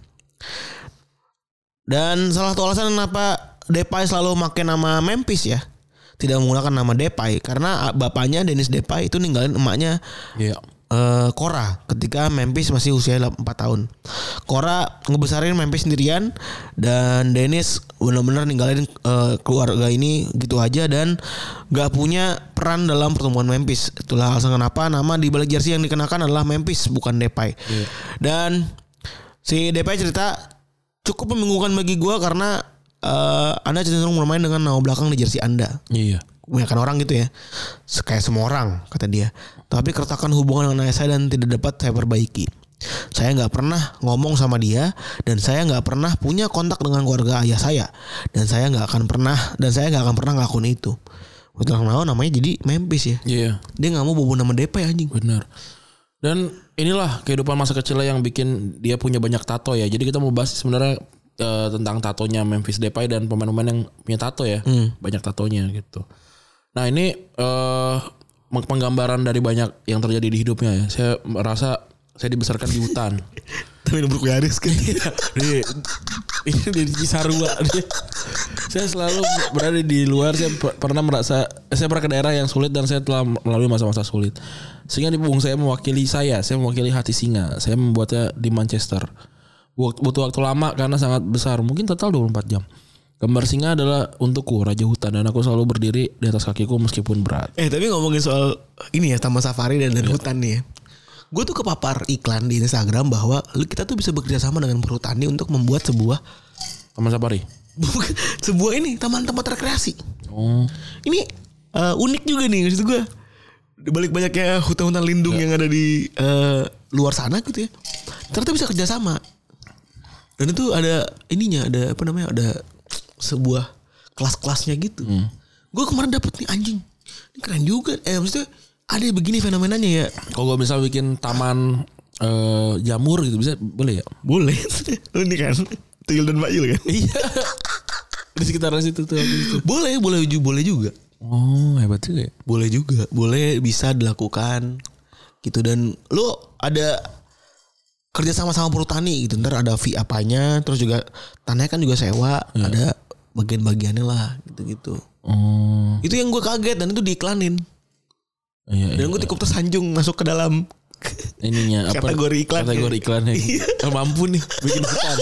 Dan salah satu alasan kenapa Depay selalu pakai nama Memphis ya, tidak menggunakan nama Depay, karena bapaknya Dennis Depay itu ninggalin emaknya. Iya. Uh, Cora ketika Memphis masih usia empat tahun. Cora ngebesarin Memphis sendirian, dan Dennis benar-benar ninggalin uh, keluarga ini gitu aja dan gak punya peran dalam pertumbuhan Memphis. Itulah alasan kenapa nama di balik jersey yang dikenakan adalah Memphis, bukan Depay. Yeah. Dan si Depay cerita cukup membingungkan bagi gue karena uh, Anda cenderung bermain dengan nama belakang di jersey Anda. Iya. Yeah. Kebanyakan orang gitu ya, kayak semua orang kata dia. Tapi keretakan hubungan dengan ayah saya dan tidak dapat saya perbaiki. Saya nggak pernah ngomong sama dia, dan saya nggak pernah punya kontak dengan keluarga ayah saya, dan saya nggak akan pernah dan saya nggak akan pernah ngelakuin itu. Betul tahu namanya jadi Memphis ya. Iya. Yeah. Dia nggak mau bawa nama Depay anjing. Benar. Dan inilah kehidupan masa kecilnya yang bikin dia punya banyak tato ya. Jadi kita mau bahas sebenarnya uh, tentang tatonya Memphis Depay dan pemain-pemain yang punya tato ya. Hmm. Banyak tatonya gitu. Nah ini uh, penggambaran dari banyak yang terjadi di hidupnya ya. Saya merasa saya dibesarkan di hutan. Tapi nomor Yaris kan. Ini di Cisarua. Saya selalu berada di luar. Saya pernah merasa, saya pernah ke daerah yang sulit dan saya telah melalui masa-masa sulit. Sehingga di punggung saya mewakili saya. Saya mewakili hati singa. Saya membuatnya di Manchester. Butuh waktu lama karena sangat besar. Mungkin total dua puluh empat jam. Gambar singa adalah untukku raja hutan, dan aku selalu berdiri di atas kakiku meskipun berat. Eh tapi ngomongin soal ini ya, taman safari dan, dan ya. Hutan nih ya. Gue tuh kepapar iklan di Instagram bahwa kita tuh bisa bekerja sama dengan perhutani untuk membuat sebuah taman safari. Sebuah ini taman tempat rekreasi. Oh. Ini uh, unik juga nih maksud gue. Di balik banyaknya hutan-hutan lindung ya. Yang ada di uh, luar sana gitu ya. Ternyata bisa kerja sama. Dan itu ada ininya, ada apa namanya, ada sebuah kelas-kelasnya gitu. Hmm. Gue kemarin dapet nih anjing. Ini keren juga. Eh maksudnya ada begini fenomenanya ya. Kalau gue misal bikin taman uh, jamur gitu bisa, boleh ya? Boleh. Ini kan Tuyul dan Mbak Yul kan. Iya. Di sekitaran situ tuh. Boleh, boleh boleh juga. Oh hebat juga ya. Boleh juga. Boleh, bisa dilakukan gitu. Dan lo ada kerja sama sama perhutani gitu. Ntar ada fee apanya. Terus juga tanahnya kan juga sewa. Ya. Ada bagian-bagiannya lah gitu-gitu. Oh. Itu yang gue kaget, dan itu diiklanin. Iya, dan gue cukup tersanjung masuk ke dalam ininya apa, kategori iklan. Kategori iklannya. Oh, mampu nih bikin hutan.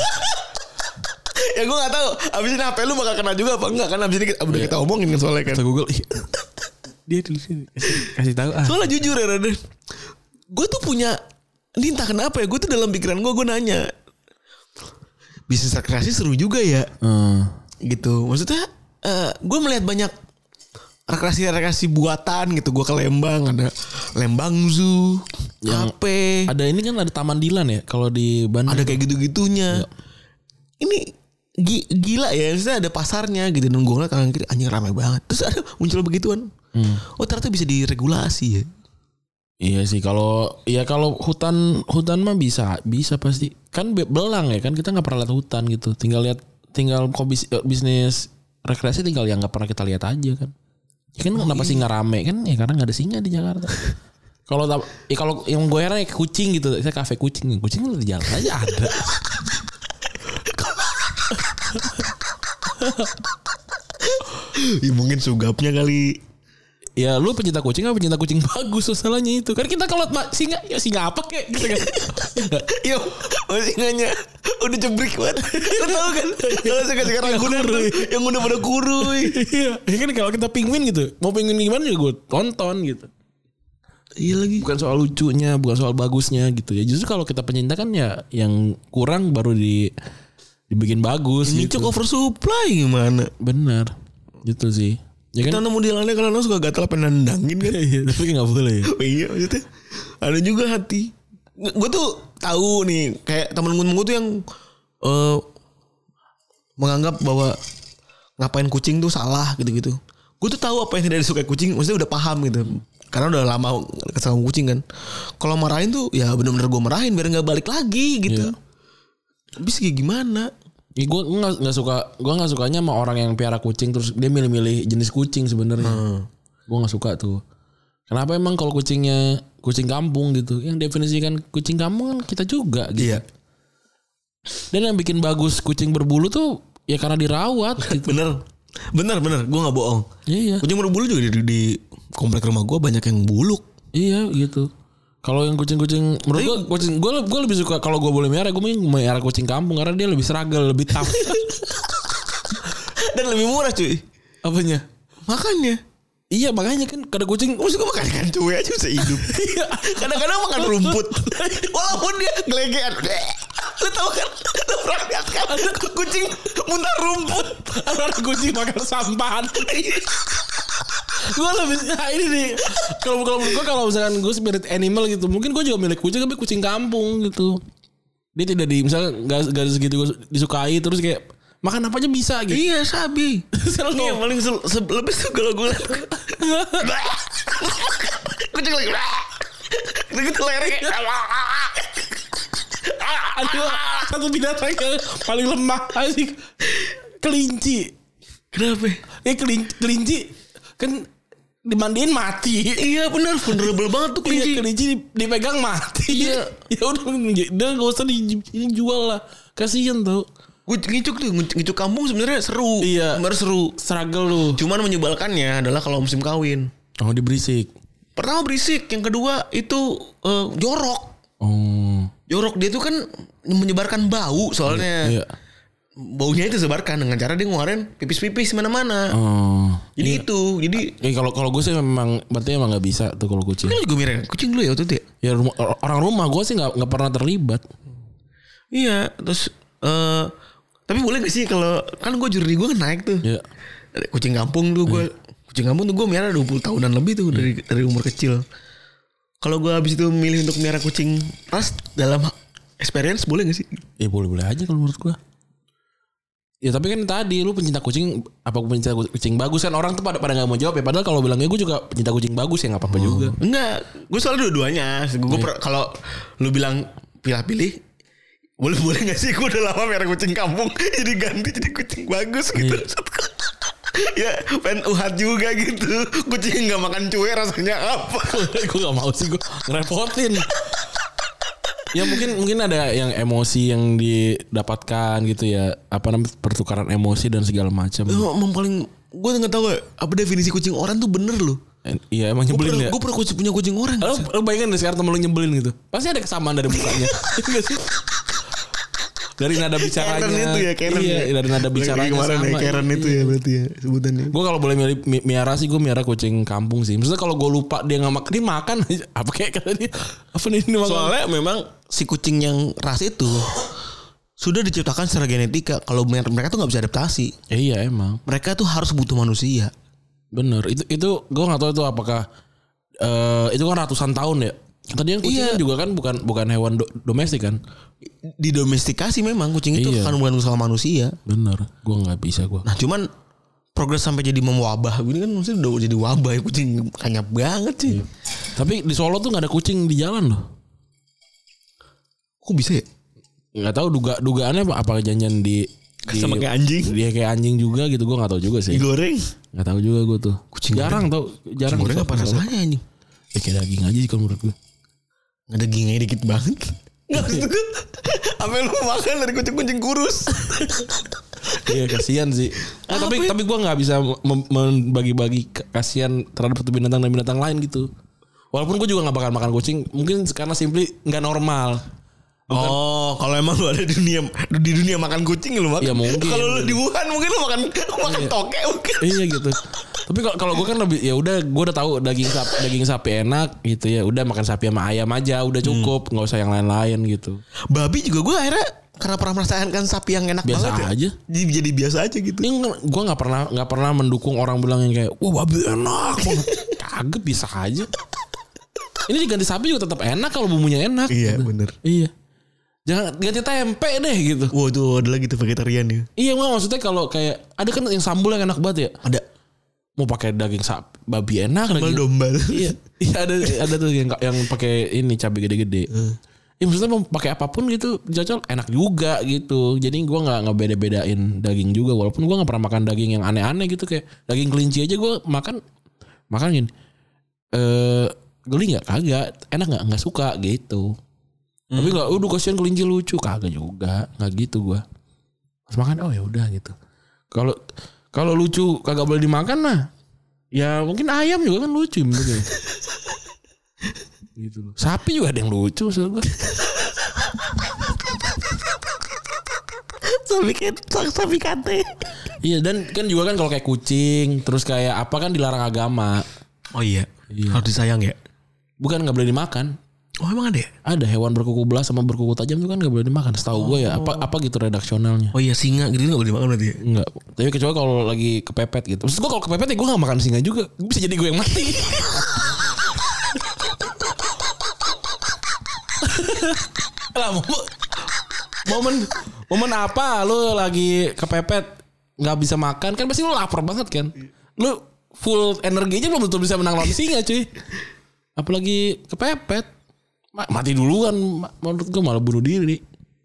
Ya gue gak tahu abis ini H P lu bakal kena juga apa enggak, kan abis ini kita, udah kita omongin kan soalnya kan. Kita Google. Dia tulis sini kasih, kasih tahu ah. Soalnya jujur ya Raden, gue tuh punya, ini entah kenapa ya, gue tuh dalam pikiran gue gue nanya, bisnis rekreasi seru juga ya. Hmm. Gitu. Maksudnya uh, gue melihat banyak rekreasi-rekreasi buatan gitu. Gue ke Lembang, ada Lembang Zoo, yang H P. Ada ini kan ada Taman Dilan ya kalau di Bandung. Ada kayak gitu-gitunya. Ya. Ini gila ya. Maksudnya ada pasarnya gitu. Dan gue ngeliat kanan kiri anjing ramai banget. Terus ada muncul begituan. Hmm. Oh ternyata bisa diregulasi ya. Iya sih, kalau ya kalau hutan hutan mah bisa bisa pasti kan belang ya kan, kita nggak pernah lihat hutan gitu, tinggal lihat tinggal kok bis, bisnis rekreasi tinggal yang nggak pernah kita lihat aja kan. Ya kan oh, kenapa iya. singa rame kan? Ya karena nggak ada singa di Jakarta. Kalau ya kalau yang gue heran ya kucing gitu, saya kafe kucing, kucing di jalan aja ada. Ya mungkin sugapnya kali. Ya lu pencinta kucing apa pencinta kucing bagus masalahnya itu. Kan kita kalau singa ya singa apa kek gitu kan. Yo, oh singanya udah jebrik banget. Lu tahu kan? Kalau singa-singa Ragunan yang udah pada kuruy. Iya, ya kan kalau kita penguin gitu. Mau penguin gimana juga gue tonton gitu. Iya lagi. Bukan soal lucunya, bukan soal bagusnya gitu ya. Justru kalau kita pencinta kan ya yang kurang baru di dibikin bagus. Ini gitu. Cuk oversupply gimana? Benar. Gitu sih. Ya kan? Kita nemu di lantai kalau suka gatal pengen nendangin kan. Iya, tapi gak boleh ya. Iya maksudnya. Ada juga hati. Gue tuh tahu nih. Kayak temen-temen gue tuh yang. Uh, menganggap bahwa. Ngapain kucing tuh salah gitu-gitu. Gue tuh tahu apa yang tidak disukai kucing. Maksudnya udah paham gitu. Karena udah lama kesal sama kucing kan. Kalau marahin tuh. Ya bener-bener gue marahin. Biar gak balik lagi gitu. Iya. Habis kayak gimana. Ya, gue nggak nggak suka, gue nggak sukanya sama orang yang piara kucing terus dia milih-milih jenis kucing sebenarnya. Hmm. Gue nggak suka tuh. Kenapa emang kalau kucingnya kucing kampung gitu? Yang definisikan kucing kampung kan kita juga. Gitu. Iya. Dan yang bikin bagus kucing berbulu tuh ya karena dirawat. Gitu. Bener, bener, bener. Gue nggak bohong. Iya. Kucing berbulu juga di, di komplek rumah gue banyak yang buluk. Iya gitu. Kalau yang kucing-kucing menurut gue kucing gue gue lebih suka kalau gue boleh melihara gue melihara kucing kampung karena dia lebih struggle, lebih tough. Dan lebih murah cuy. Apanya? Makannya. Iya makanya kan kada kucing maksud gue makan ikan cuy aja bisa hidup. Kadang-kadang makan rumput. Walaupun dia gelegean. Lu tau kan? Lu pernah lihat kan? Kucing muntah rumput. Ada kucing makan sampahan. Gue lebih nah ini nih kalau kalau menurut gue kalau misalkan gue spirit animal gitu mungkin gue juga milik kucing tapi kucing kampung gitu dia tidak di misalnya nggak nggak segitu disukai terus kayak makan apa aja bisa gitu. Iya sabi. Ini yang paling se- se- lebih tuh kalau gue kucing lagi gitu lereng. Aduh satu binatang yang paling lemah asik kelinci. Kenapa? Ya kelinci, kelinci kan dimandiin mati. Iya benar, vulnerable banget tuh kelinci. Iya, kelinci dipegang mati. Iya. Ya udah udah enggak usah dijual lah. Kasihan tau. Gue ngicuk tuh, ngicuk kampung sebenarnya seru. Iya. Bener seru. Struggle lu. Cuman menyebalkannya adalah kalau musim kawin. Oh, dia berisik. Pertama berisik, yang kedua itu uh, jorok. Oh. Jorok dia tuh kan menyebarkan bau soalnya. Iya. Baunya itu sebarkan dengan cara dia ngeluarin pipis-pipis mana-mana. Oh. Jadi iya. itu, jadi ya, kalau kalau gue sih memang berarti emang nggak bisa tuh kalau kucing. Kan juga mirip kucing dulu ya waktu itu ya. Ya rumah, orang rumah gue sih nggak nggak pernah terlibat. Iya, terus uh, tapi boleh gak sih kalau kan gue juri gue kan naik tuh. Iya. Kucing kampung tuh gue, hmm. kucing kampung tuh gue melihara dua puluh tahunan lebih tuh hmm. dari dari umur kecil. Kalau gue habis itu milih untuk melihara kucing ras dalam experience boleh gak sih? Ya boleh-boleh aja kalau menurut gue. Ya tapi kan tadi lu pencinta kucing apa pencinta kucing bagus kan orang tuh pada pada nggak mau jawab ya padahal kalau bilangnya gue juga pencinta kucing bagus ya nggak apa-apa oh. juga. Enggak, gue soalnya dua-duanya. Gue yeah. kalau lu bilang pilih-pilih boleh boleh nggak sih? Gue udah lama merah kucing kampung jadi ganti jadi kucing bagus gitu. Yeah. Ya pengen uhat juga gitu. Kucing nggak makan cuy rasanya apa? Gue nggak mau sih gue ngerepotin. Ya mungkin mungkin ada yang emosi yang didapatkan gitu ya apa namanya pertukaran emosi dan segala macam. Oh, emang paling gue nggak tahu apa definisi kucing orang tuh bener loh. Iya emang nyebelin ya. Gue pernah punya kucing orang. Lo, lo bayangin deh sekarang temen lo nyebelin gitu. Pasti ada kesamaan dari mukanya. Dari nada bicaranya. Karen itu ya Karen. Iya ya. dari nada bicaranya kemarin sama. Ya, Karen itu ya berarti ya sebutannya. Gue kalau boleh milih miara sih gue miara kucing kampung sih. Maksudnya kalau gue lupa dia nggak makan dia makan aja. Apa kayak kata dia apa nih ini makan. Soalnya memang si kucing yang ras itu sudah diciptakan secara genetika. Kalau mereka tuh nggak bisa adaptasi. Ya, iya emang. Mereka tuh harus butuh manusia. Bener. Itu itu gue nggak tahu itu apakah uh, itu kan ratusan tahun ya. Tadi yang kucing iya. juga kan bukan bukan hewan do, domestik kan. Didomestikasi memang kucing itu iya. kan bukan sama manusia. Bener. Gue nggak bisa gue. Nah cuman progres sampai jadi memwabah ini kan maksudnya udah jadi wabah ya kucing kanyap banget sih. Iya. Tapi di Solo tuh nggak ada kucing di jalan loh. Kok bisa ya? Nggak tahu duga dugaannya apa, apa janjian di di, sama kayak anjing. Dia kayak anjing juga gitu. Gue nggak tahu juga sih. Digoreng. Nggak tahu juga gue tuh. Kucing jarang tau. Jarang. Kucing goreng apa rasanya anjing? Ya kayak daging aja sih kalau menurut gue. Nggak dagingnya dikit banget. Nggak maksud gue. Apa yang lu makan dari kucing-kucing kurus? Iya kasihan sih. Nah, tapi tapi gue nggak bisa mem- membagi-bagi kasihan terhadap satu binatang dan binatang lain gitu. Walaupun gue juga nggak bakal makan kucing, mungkin karena simply nggak normal. Bukan. Oh, kalau emang lu ada di dunia di dunia makan kucing lu makan. Ya mungkin. Kalau lu di Wuhan mungkin lu makan makan iya. toke mungkin. Iya gitu. Tapi kalau kalau gue kan lebih ya udah gue udah tahu daging sapi daging sapi enak gitu ya. Udah makan sapi sama ayam aja udah cukup, nggak hmm. usah yang lain-lain gitu. Babi juga gue akhirnya karena pernah merasakan sapi yang enak biasa banget aja. Ya. Jadi, jadi biasa aja gitu. Ini gue nggak pernah nggak pernah mendukung orang bilang yang kayak wah babi enak banget. Kagak bisa aja. Ini diganti sapi juga tetap enak kalau bumbunya enak. Iya gitu. bener. Iya. Jangan ganti tempe deh gitu. Wah tuh ada lagi tuh vegetarian ya. Iya nggak maksudnya kalau kayak ada kan yang sambal yang enak banget ya. Ada. Mau pakai daging sapi babi enak. Sambal domba. Iya. Iya ada ada tuh yang yang pakai ini cabai gede-gede. Hmm. Ya maksudnya mau pakai apapun gitu cocok enak juga gitu. Jadi gue nggak nggak beda-bedain daging juga. Walaupun gue nggak pernah makan daging yang aneh-aneh gitu kayak daging kelinci aja gue makan makan gini. Eh geli nggak kagak enak nggak nggak suka gitu. Hmm. Tapi nggak, udah kasihan kelinci lucu kagak juga, nggak gitu gue. Pas makan oh ya udah gitu. Kalau kalau lucu kagak boleh dimakan lah. Ya mungkin ayam juga kan lucu gitu. Gitu loh. Sapi juga ada yang lucu maksud gue. Sapi kate, sapi kate. Iya dan kan juga kan kalau kayak kucing terus kayak apa kan dilarang agama. Oh iya. Iya. Harus disayang ya. Bukan nggak boleh dimakan. Oh emang ada ya? Ada hewan berkuku belas sama berkuku tajam itu kan gak boleh dimakan. Setahu oh. gue ya apa apa gitu redaksionalnya. Oh iya singa gitu gak boleh dimakan berarti ya? Enggak. Tapi kecuali kalau lagi kepepet gitu. Maksud gue kalau kepepet ya gue gak makan singa juga. Bisa jadi gue yang mati. Lah momen momen apa lu lagi kepepet gak bisa makan kan pasti lu lapar banget kan. Lu full energi aja belum tentu bisa menang lawan singa cuy. Apalagi kepepet. Mati duluan menurut gue malah bunuh diri.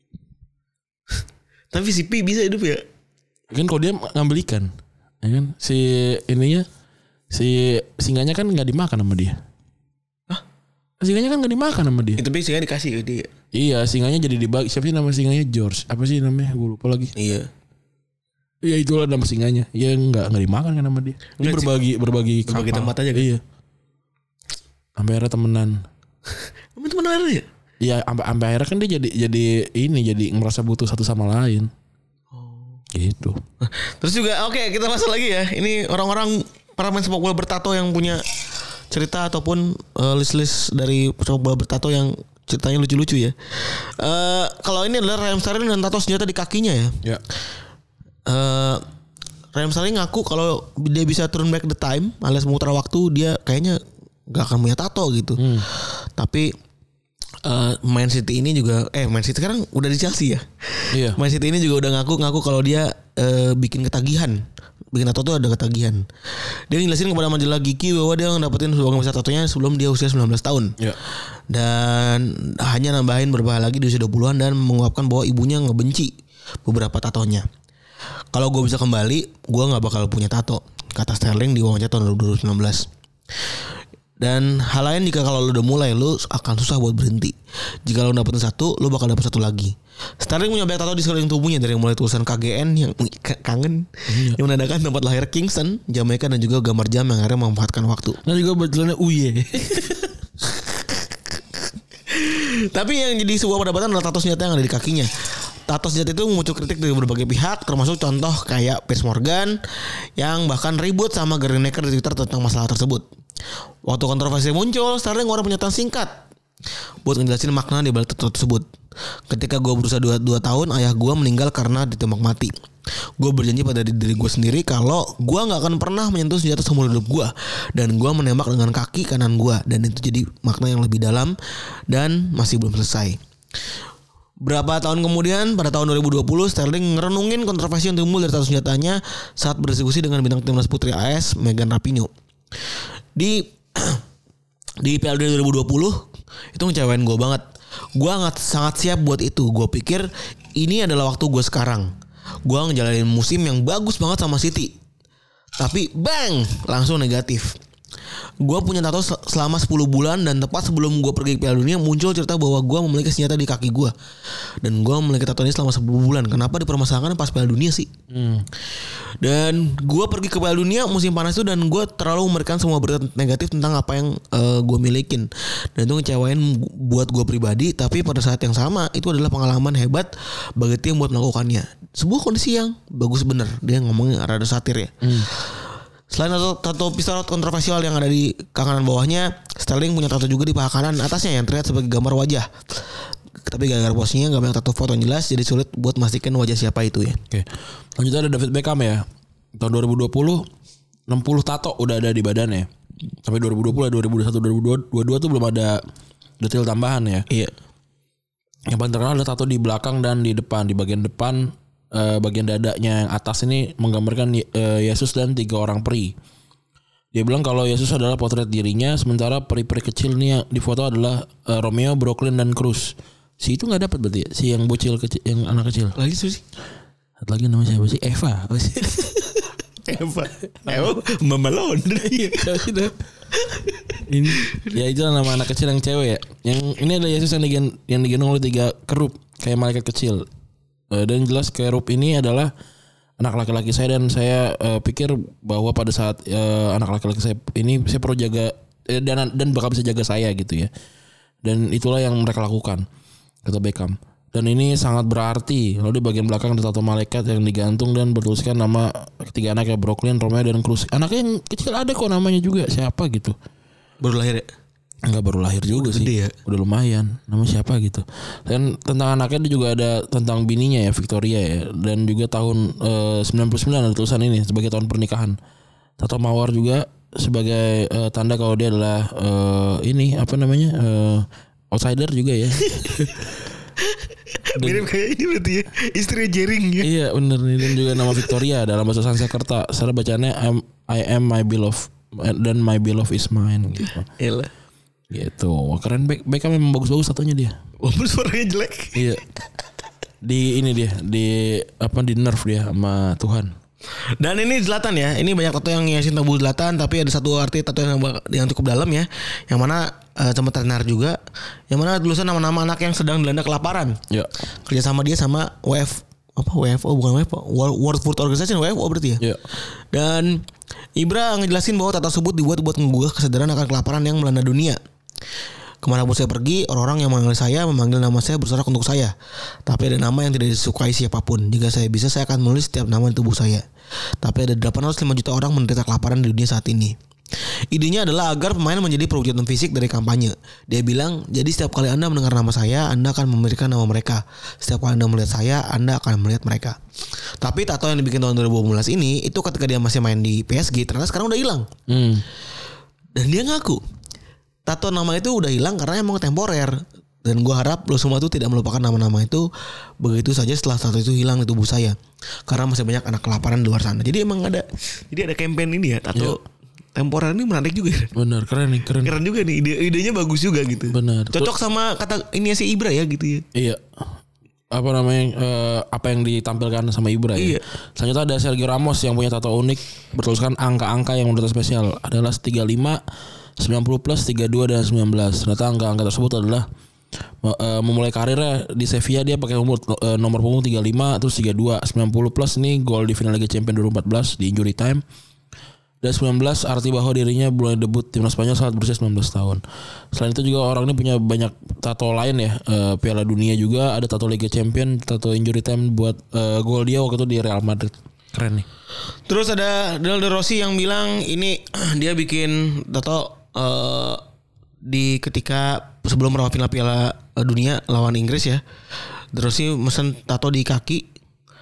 Tapi si Pi bisa hidup ya? Kan kalau dia ngambil ikan, ya kan si ininya si singanya kan nggak dimakan sama dia. Hah? Singanya kan nggak dimakan sama dia. Itu tapi singa dikasih ke dia. Iya singanya jadi dibagi. Siapa sih nama singanya George? Apa sih namanya? Gue lupa lagi. Iya. Iya itulah nama singanya. Ya nggak nggak dimakan kan sama dia. Dia berbagi berbagi berbagi tempat aja kan. Iya. Sampai akhirnya temenan. Kamu temen akhirnya ya? Iya sampai sampai akhirnya kan dia jadi jadi ini jadi merasa butuh satu sama lain. Oh. Gitu. Terus juga oke okay, kita masuk lagi ya. Ini orang-orang para main sepak bola bertato yang punya cerita ataupun uh, list-list dari sepak bola bertato yang ceritanya lucu-lucu ya. Uh, kalau ini adalah Raheem Sterling dengan tato senjata di kakinya ya. Ya. Uh, Raheem Sterling ngaku kalau dia bisa turn back the time alias memutar waktu dia kayaknya gak akan punya tato gitu. Hmm. Tapi uh, Man City ini juga eh Man City sekarang udah di Chelsea ya. Iya. Man City ini juga udah ngaku-ngaku kalau dia uh, bikin ketagihan. Bikin tato tuh ada ketagihan. Dia ngejelasin kepada majalah Giki bahwa dia ngedapetin sebuah besar tatonya sebelum dia usia sembilan belas tahun. Iya. Dan hanya nambahin berbahaya lagi di usia dua puluhan dan menguapkan bahwa ibunya ngebenci beberapa tatonya. Kalau gue bisa kembali, gue gak bakal punya tato, kata Sterling di wawancara tahun dua ribu sembilan belas. Dan hal lain jika kalau lu udah mulai lu akan susah buat berhenti. Jika lu dapetin satu, lu bakal dapet satu lagi. Sterling punya banyak tato di sekeliling tubuhnya dari mulai tulisan K G N yang kangen, iya. yang menandakan tempat lahir Kingston, Jamaika dan juga gambar jam yang akhirnya memanfaatkan waktu. Dan juga batulannya uye. Tapi yang jadi sebuah perdebatan adalah tato senjata yang ada di kakinya. Tato senjata itu muncul kritik dari berbagai pihak, termasuk contoh kayak Piers Morgan yang bahkan ribut sama Gary Lineker di Twitter tentang masalah tersebut. Waktu kontroversi muncul, Sterling ngeluarin pernyataan singkat buat ngejelasin makna di balik tato tersebut. Ketika gue berusia dua tahun, ayah gue meninggal karena ditembak mati. Gue berjanji pada diri gue sendiri kalau gue gak akan pernah menyentuh senjata seumur hidup gue. Dan gue menembak dengan kaki kanan gue. Dan itu jadi makna yang lebih dalam dan masih belum selesai. Berapa tahun kemudian, pada tahun dua ribu dua puluh, Sterling ngerenungin kontroversi yang timbul dari tato senjatanya saat berdiskusi dengan bintang timnas putri A S, Megan Rapinoe. Di di Piala Dunia dua ribu dua puluh itu ngecewain gue banget. Gue sangat sangat siap buat itu. Gue pikir ini adalah waktu gue sekarang. gue ngejalanin musim yang bagus banget sama City. Tapi bang, langsung negatif. Gue punya tato selama sepuluh bulan dan tepat sebelum gue pergi ke Piala Dunia muncul cerita bahwa gue memiliki senjata di kaki gue. Dan gue memiliki tato ini selama sepuluh bulan. Kenapa dipermasalahkan pas Piala Dunia sih? Hmm. Dan gue pergi ke Piala Dunia musim panas itu dan gue terlalu memberikan semua berita negatif tentang apa yang uh, gue milikin. Dan itu ngecewain buat gue pribadi. Tapi pada saat yang sama itu adalah pengalaman hebat bagi tim buat melakukannya. Sebuah kondisi yang bagus bener. Dia ngomongnya rada satir ya. Hmm. Selain tato, tato pistol kontroversial yang ada di kanan bawahnya, Sterling punya tato juga di paha kanan atasnya yang terlihat sebagai gambar wajah. Tapi gara-gara posnya gak banyak tato foto yang jelas, jadi sulit buat memastikan wajah siapa itu ya. Oke. Lanjutnya ada David Beckham ya. Tahun dua ribu dua puluh enam puluh tato udah ada di badannya. Sampai dua ribu dua puluh, dua ribu dua puluh satu, dua ribu dua puluh dua tuh belum ada detail tambahan ya. Iya. Yang paling terkenal ada tato di belakang dan di depan. Di bagian depan Uh, bagian dadanya yang atas ini menggambarkan uh, Yesus dan tiga orang peri. Dia bilang kalau Yesus adalah potret dirinya, sementara peri-peri kecil nih yang di foto adalah uh, Romeo, Brooklyn dan Cruz. Si itu nggak dapat berarti ya? Si yang bocil kecil, yang anak kecil. Lagi sih. Satu lagi namanya siapa sih? Eva. Eva. Eva Mama Laundry. Ini ya itu nama anak kecil yang cewek ya. Yang ini adalah Yesus yang digen, yang digendong oleh tiga kerub kayak malaikat kecil. Dan jelas kerub ini adalah anak laki-laki saya dan saya uh, pikir bahwa pada saat uh, anak laki-laki saya ini saya perlu jaga eh, dan dan bakal bisa jaga saya gitu ya. Dan itulah yang mereka lakukan, kata Beckham. Dan ini sangat berarti. Lalu di bagian belakang ada tato malaikat yang digantung dan bertuliskan nama ketiga anaknya, Brooklyn, Romeo dan Cruz. Anaknya yang kecil ada kok namanya juga, siapa gitu. Baru lahir ya? Enggak, baru lahir juga udah sih. Gede ya? Udah lumayan. Nama siapa gitu. Dan tentang anaknya juga ada tentang bininya ya, Victoria ya. Dan juga tahun uh, sembilan puluh sembilan ada tulisan ini sebagai tahun pernikahan. Tato mawar juga sebagai uh, tanda kalau dia adalah uh, ini apa namanya? Uh, outsider juga ya. Mirip kayak ini berarti ya. Istri Jering ya. Iya bener nih. Dan juga nama Victoria dalam bahasa Sanskerta. Secara bacanya I'm, I am my beloved dan my beloved is mine gitu. Iya. Gitu. Wah, keren. Beckham memang bagus-bagus satunya dia. Walaupun suaranya jelek. Iya. Di ini dia, di apa di nerf dia sama Tuhan. Dan ini Zlatan ya. Ini banyak tato yang nyasin tabu Zlatan, tapi ada satu arti tato yang yang cukup dalam ya. Yang mana uh, sempat ternar juga. Yang mana tulisan nama-nama anak yang sedang dilanda kelaparan. Iya. Kerja sama dia sama W F apa W F O bukan W F O World Food Organization, W F O berarti ya. Iya. Dan Ibra ngejelasin bahwa tato tersebut dibuat buat menggugah kesadaran akan kelaparan yang melanda dunia. Kemanapun saya pergi, orang-orang yang memanggil saya memanggil nama saya bersorak untuk saya. Tapi ada nama yang tidak disukai siapapun. Jika saya bisa, saya akan menulis setiap nama di tubuh saya. Tapi ada delapan ratus lima juta orang menderita kelaparan di dunia saat ini. Idenya adalah agar pemain menjadi perwujudan fisik dari kampanye. Dia bilang, jadi setiap kali Anda mendengar nama saya, Anda akan memberikan nama mereka. Setiap kali Anda melihat saya, Anda akan melihat mereka. Tapi tato yang dibikin tahun dua ribu delapan belas ini, itu ketika dia masih main di P S G, ternyata sekarang udah hilang. Hmm. Dan dia ngaku tato nama itu udah hilang karena emang temporer. Dan gue harap lo semua tuh tidak melupakan nama-nama itu begitu saja setelah tato itu hilang di tubuh saya. Karena masih banyak anak kelaparan di luar sana. Jadi emang ada, jadi ada campaign ini ya, tato ya. Temporer ini menarik juga ya. Benar, keren nih, keren. Keren juga nih, ide idenya bagus juga gitu. Benar. Cocok sama kata ini si Ibra ya gitu ya. Iya. Apa namanya uh, apa yang ditampilkan sama Ibra ya. Iya. Selanjutnya ada Sergio Ramos yang punya tato unik bertuliskan angka-angka yang menurut spesial adalah tiga puluh lima, sembilan puluh plus, tiga puluh dua dan sembilan belas. Ternyata angka-angka tersebut adalah uh, memulai karirnya di Sevilla dia pakai umur uh, nomor punggung tiga puluh lima terus tiga puluh dua, sembilan puluh plus ini gol di final Liga Champions dua ribu empat belas di injury time. Dan sembilan belas arti bahwa dirinya mulai debut timnas Spanyol saat berusia sembilan belas tahun. Selain itu juga orang ini punya banyak tato lain ya. Uh, Piala Dunia juga ada tato Liga Champions, tato injury time buat uh, gol dia waktu itu di Real Madrid. Keren nih. Terus ada Del De Rossi yang bilang ini dia bikin tato uh, di ketika sebelum merawat final Piala Dunia lawan Inggris ya. De Rossi mesen tato di kaki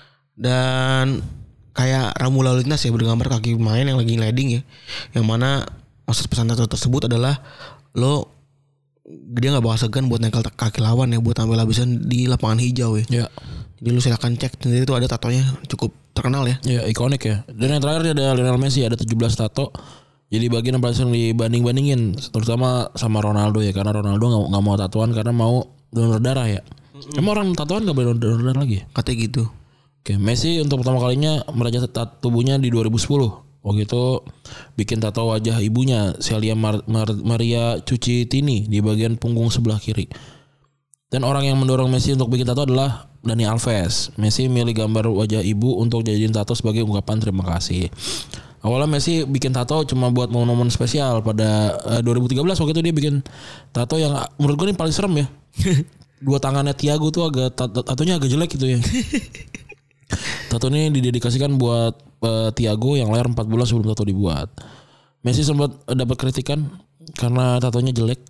dan kayak rambu lalu lintas ya, bergambar kaki pemain yang lagi leading ya. Yang mana maksud pesan tato tersebut adalah lo dia nggak bakal segan buat nengkel kaki lawan ya, buat tampil habisan di lapangan hijau ya. Ya. Jadi lu silakan cek sendiri itu ada tatonya cukup terkenal ya. Iya, ikonik ya. Dan yang terakhir ada Lionel Messi ada tujuh belas tato. Jadi bagian yang paling sering dibanding-bandingin terutama sama Ronaldo ya, karena Ronaldo nggak nggak mau tatoan karena mau donor darah ya. Mm-hmm. Emang orang tatoan nggak boleh donor darah lagi? Katanya gitu. Oke, Messi untuk pertama kalinya merajut tato tubuhnya di dua ribu sepuluh. Waktu itu bikin tato wajah ibunya, Celia Mar- Mar- Maria Cucitini di bagian punggung sebelah kiri. Dan orang yang mendorong Messi untuk bikin tato adalah Dani Alves. Messi milih gambar wajah ibu untuk jadiin tato sebagai ungkapan terima kasih. Awalnya Messi bikin tato cuma buat momen-momen spesial. Pada uh, dua ribu tiga belas waktu itu dia bikin tato yang menurut gue ini paling serem ya. Dua tangannya Thiago tuh agak tatonya agak jelek gitu ya. Tato ini didedikasikan buat uh, Thiago yang lahir empat bulan sebelum tato dibuat. Messi sempat dapat kritikan karena tatonya jelek.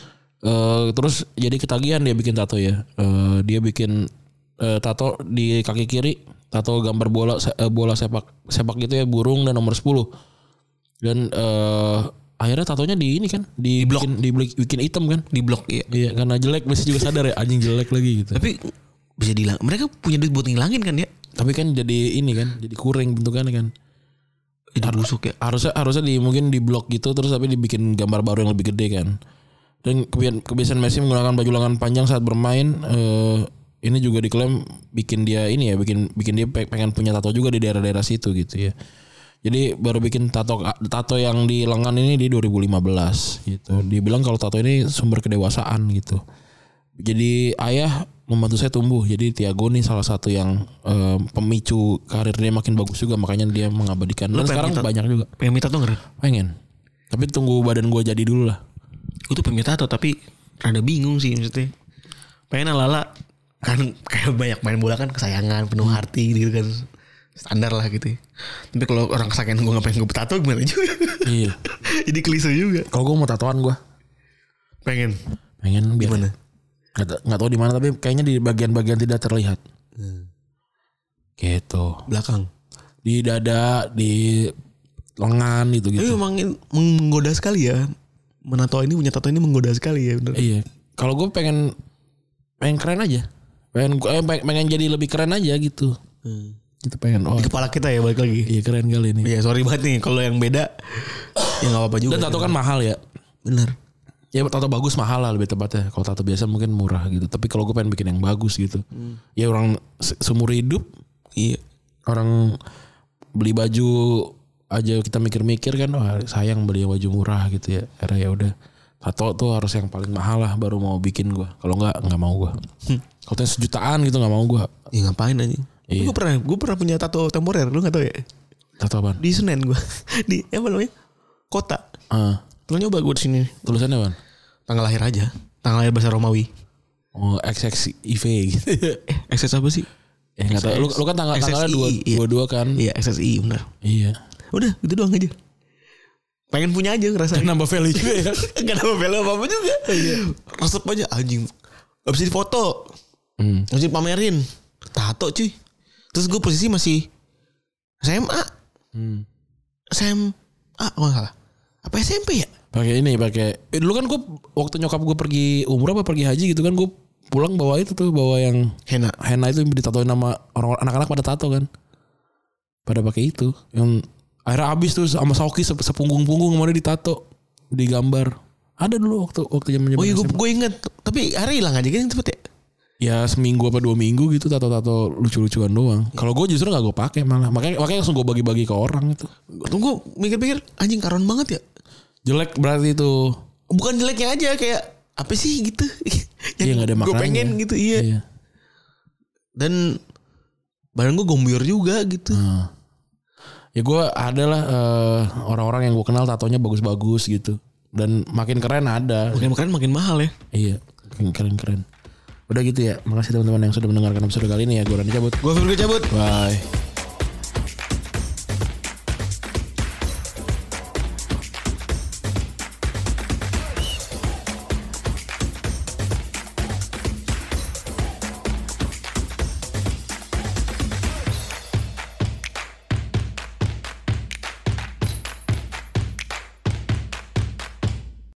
Uh, terus jadi ketagihan dia bikin tato ya. Uh, dia bikin uh, tato di kaki kiri. Tato gambar bola bola sepak sepak gitu ya, burung dan nomor sepuluh. Dan uh, akhirnya tatonya di ini kan di, di blok bikin, di bikin hitam kan, di blok iya. Iya, karena jelek Messi juga sadar ya anjing jelek lagi gitu. Tapi bisa dihilang. Mereka punya duit buat ngilangin kan ya? Tapi kan jadi ini kan, jadi kuring bentukannya kan. Itu busuk ya. Harusnya harusnya di mungkin di blok gitu terus tapi dibikin gambar baru yang lebih gede kan. Dan kebiasaan Messi menggunakan baju lengan panjang saat bermain uh, ini juga diklaim bikin dia ini ya, bikin bikin dia pengen punya tato juga di daerah-daerah situ gitu ya. Jadi baru bikin tato tato yang di lengan ini di dua ribu lima belas gitu. Dia bilang kalau tato ini sumber kedewasaan gitu. Jadi ayah membantu saya tumbuh. Jadi Thiago nih salah satu yang um, pemicu karir dia makin bagus juga, makanya dia mengabadikan. Dan sekarang minta, banyak juga. Pengen minta tato nggak? Pengen. Tapi tunggu badan gue jadi dulu lah. Gue tuh pengen tato tapi rada bingung sih maksudnya. Pengen ala-ala kan kayak banyak main bola kan kesayangan penuh hati gitu kan, standar lah gitu. Tapi kalau orang kesayangan gue nggak pengen gue tato gimana juga. Iya. Jadi klise juga. Kalau gue mau tatoan gue pengen pengen biar gimana? Nggak, nggak tahu di mana tapi kayaknya di bagian-bagian tidak terlihat. Hmm. Gitu. Belakang. Di dada, di lengan gitu gitu. Tapi memang menggoda sekali ya. Menato ini punya tato ini menggoda sekali ya bener. Iya. Kalau gue pengen pengen keren aja. Pengen eh, pengen jadi lebih keren aja gitu. Hmm. Itu pengen. Oh, di kepala kita ya balik lagi. Iya keren kali ini. Iya sorry banget nih kalau yang beda. Ya nggak apa-apa juga. Dan tato kan mahal ya. Bener. Ya tato bagus mahal lah lebih tepatnya. Kalau tato biasa mungkin murah gitu. Tapi kalau gue pengen bikin yang bagus gitu. Hmm. Ya orang seumur hidup. Iya. Orang beli baju aja kita mikir-mikir kan. Wah sayang beli baju murah gitu ya. Karena ya udah. Tato tuh harus yang paling mahal lah baru mau bikin gue. Kalau enggak enggak mau gue. Hmm. Kalau sejutaan gitu enggak mau gue. Ya ngapain aja. Iya. Gue pernah gue pernah punya tato temporer, lu enggak tahu ya? Tato apaan? Di Senen gue. Di apa namanya? Kota. Uh. Lu nyoba gue di sini. Tulisannya apaan? Tanggal lahir aja. Tanggal lahir bahasa Romawi. Oh, X X I V gitu. eh, X X apa sih? Ya enggak tahu. Lu lu kan tanggal tanggalnya dua puluh dua kan? Iya, X X I benar. Iya. Udah, gitu doang aja. Pengen punya aja ngerasa nambah value juga ya. Gak nambah value apa-apa juga. Iya. Resep aja anjing. Gak bisa difoto. Hmm. Gak bisa dipamerin. Tato cuy. Terus gue posisi masih S M A. Hmm. S M A kalau salah. Apa S M P ya? Pakai ini, pakai. Eh, dulu kan gue waktu nyokap gue pergi umrah apa pergi haji gitu kan, gue pulang bawa itu tuh, bawa yang henna. Henna itu ditatoin nama orang anak-anak pada tato kan. Pada pakai itu. Yang akhirnya habis tuh sama Sauki sepunggung-punggung mau ditato, digambar. Ada dulu waktu waktu zaman-zaman. Oh iya, gue gue inget. Tapi akhirnya hilang aja kan cepet ya. Ya seminggu apa dua minggu gitu tato-tato lucu-lucuan doang. Kalau gue justru nggak gue pakai malah. Makanya makanya langsung gue bagi-bagi ke orang itu. Tunggu mikir-mikir anjing karon banget ya. Jelek berarti itu. Bukan jeleknya aja kayak apa sih gitu. Iya nggak ada makanya. Gue pengen gitu iya. iya. Dan badan gue gombior juga gitu. Hmm. Ya gue adalah uh, orang-orang yang gue kenal tatonya bagus-bagus gitu. Dan makin keren ada. Makin keren makin mahal ya. Iya makin keren-keren. Udah gitu ya. Makasih teman-teman yang sudah mendengarkan episode kali ini ya. Gue Randy cabut. Gue Firgo cabut. Bye.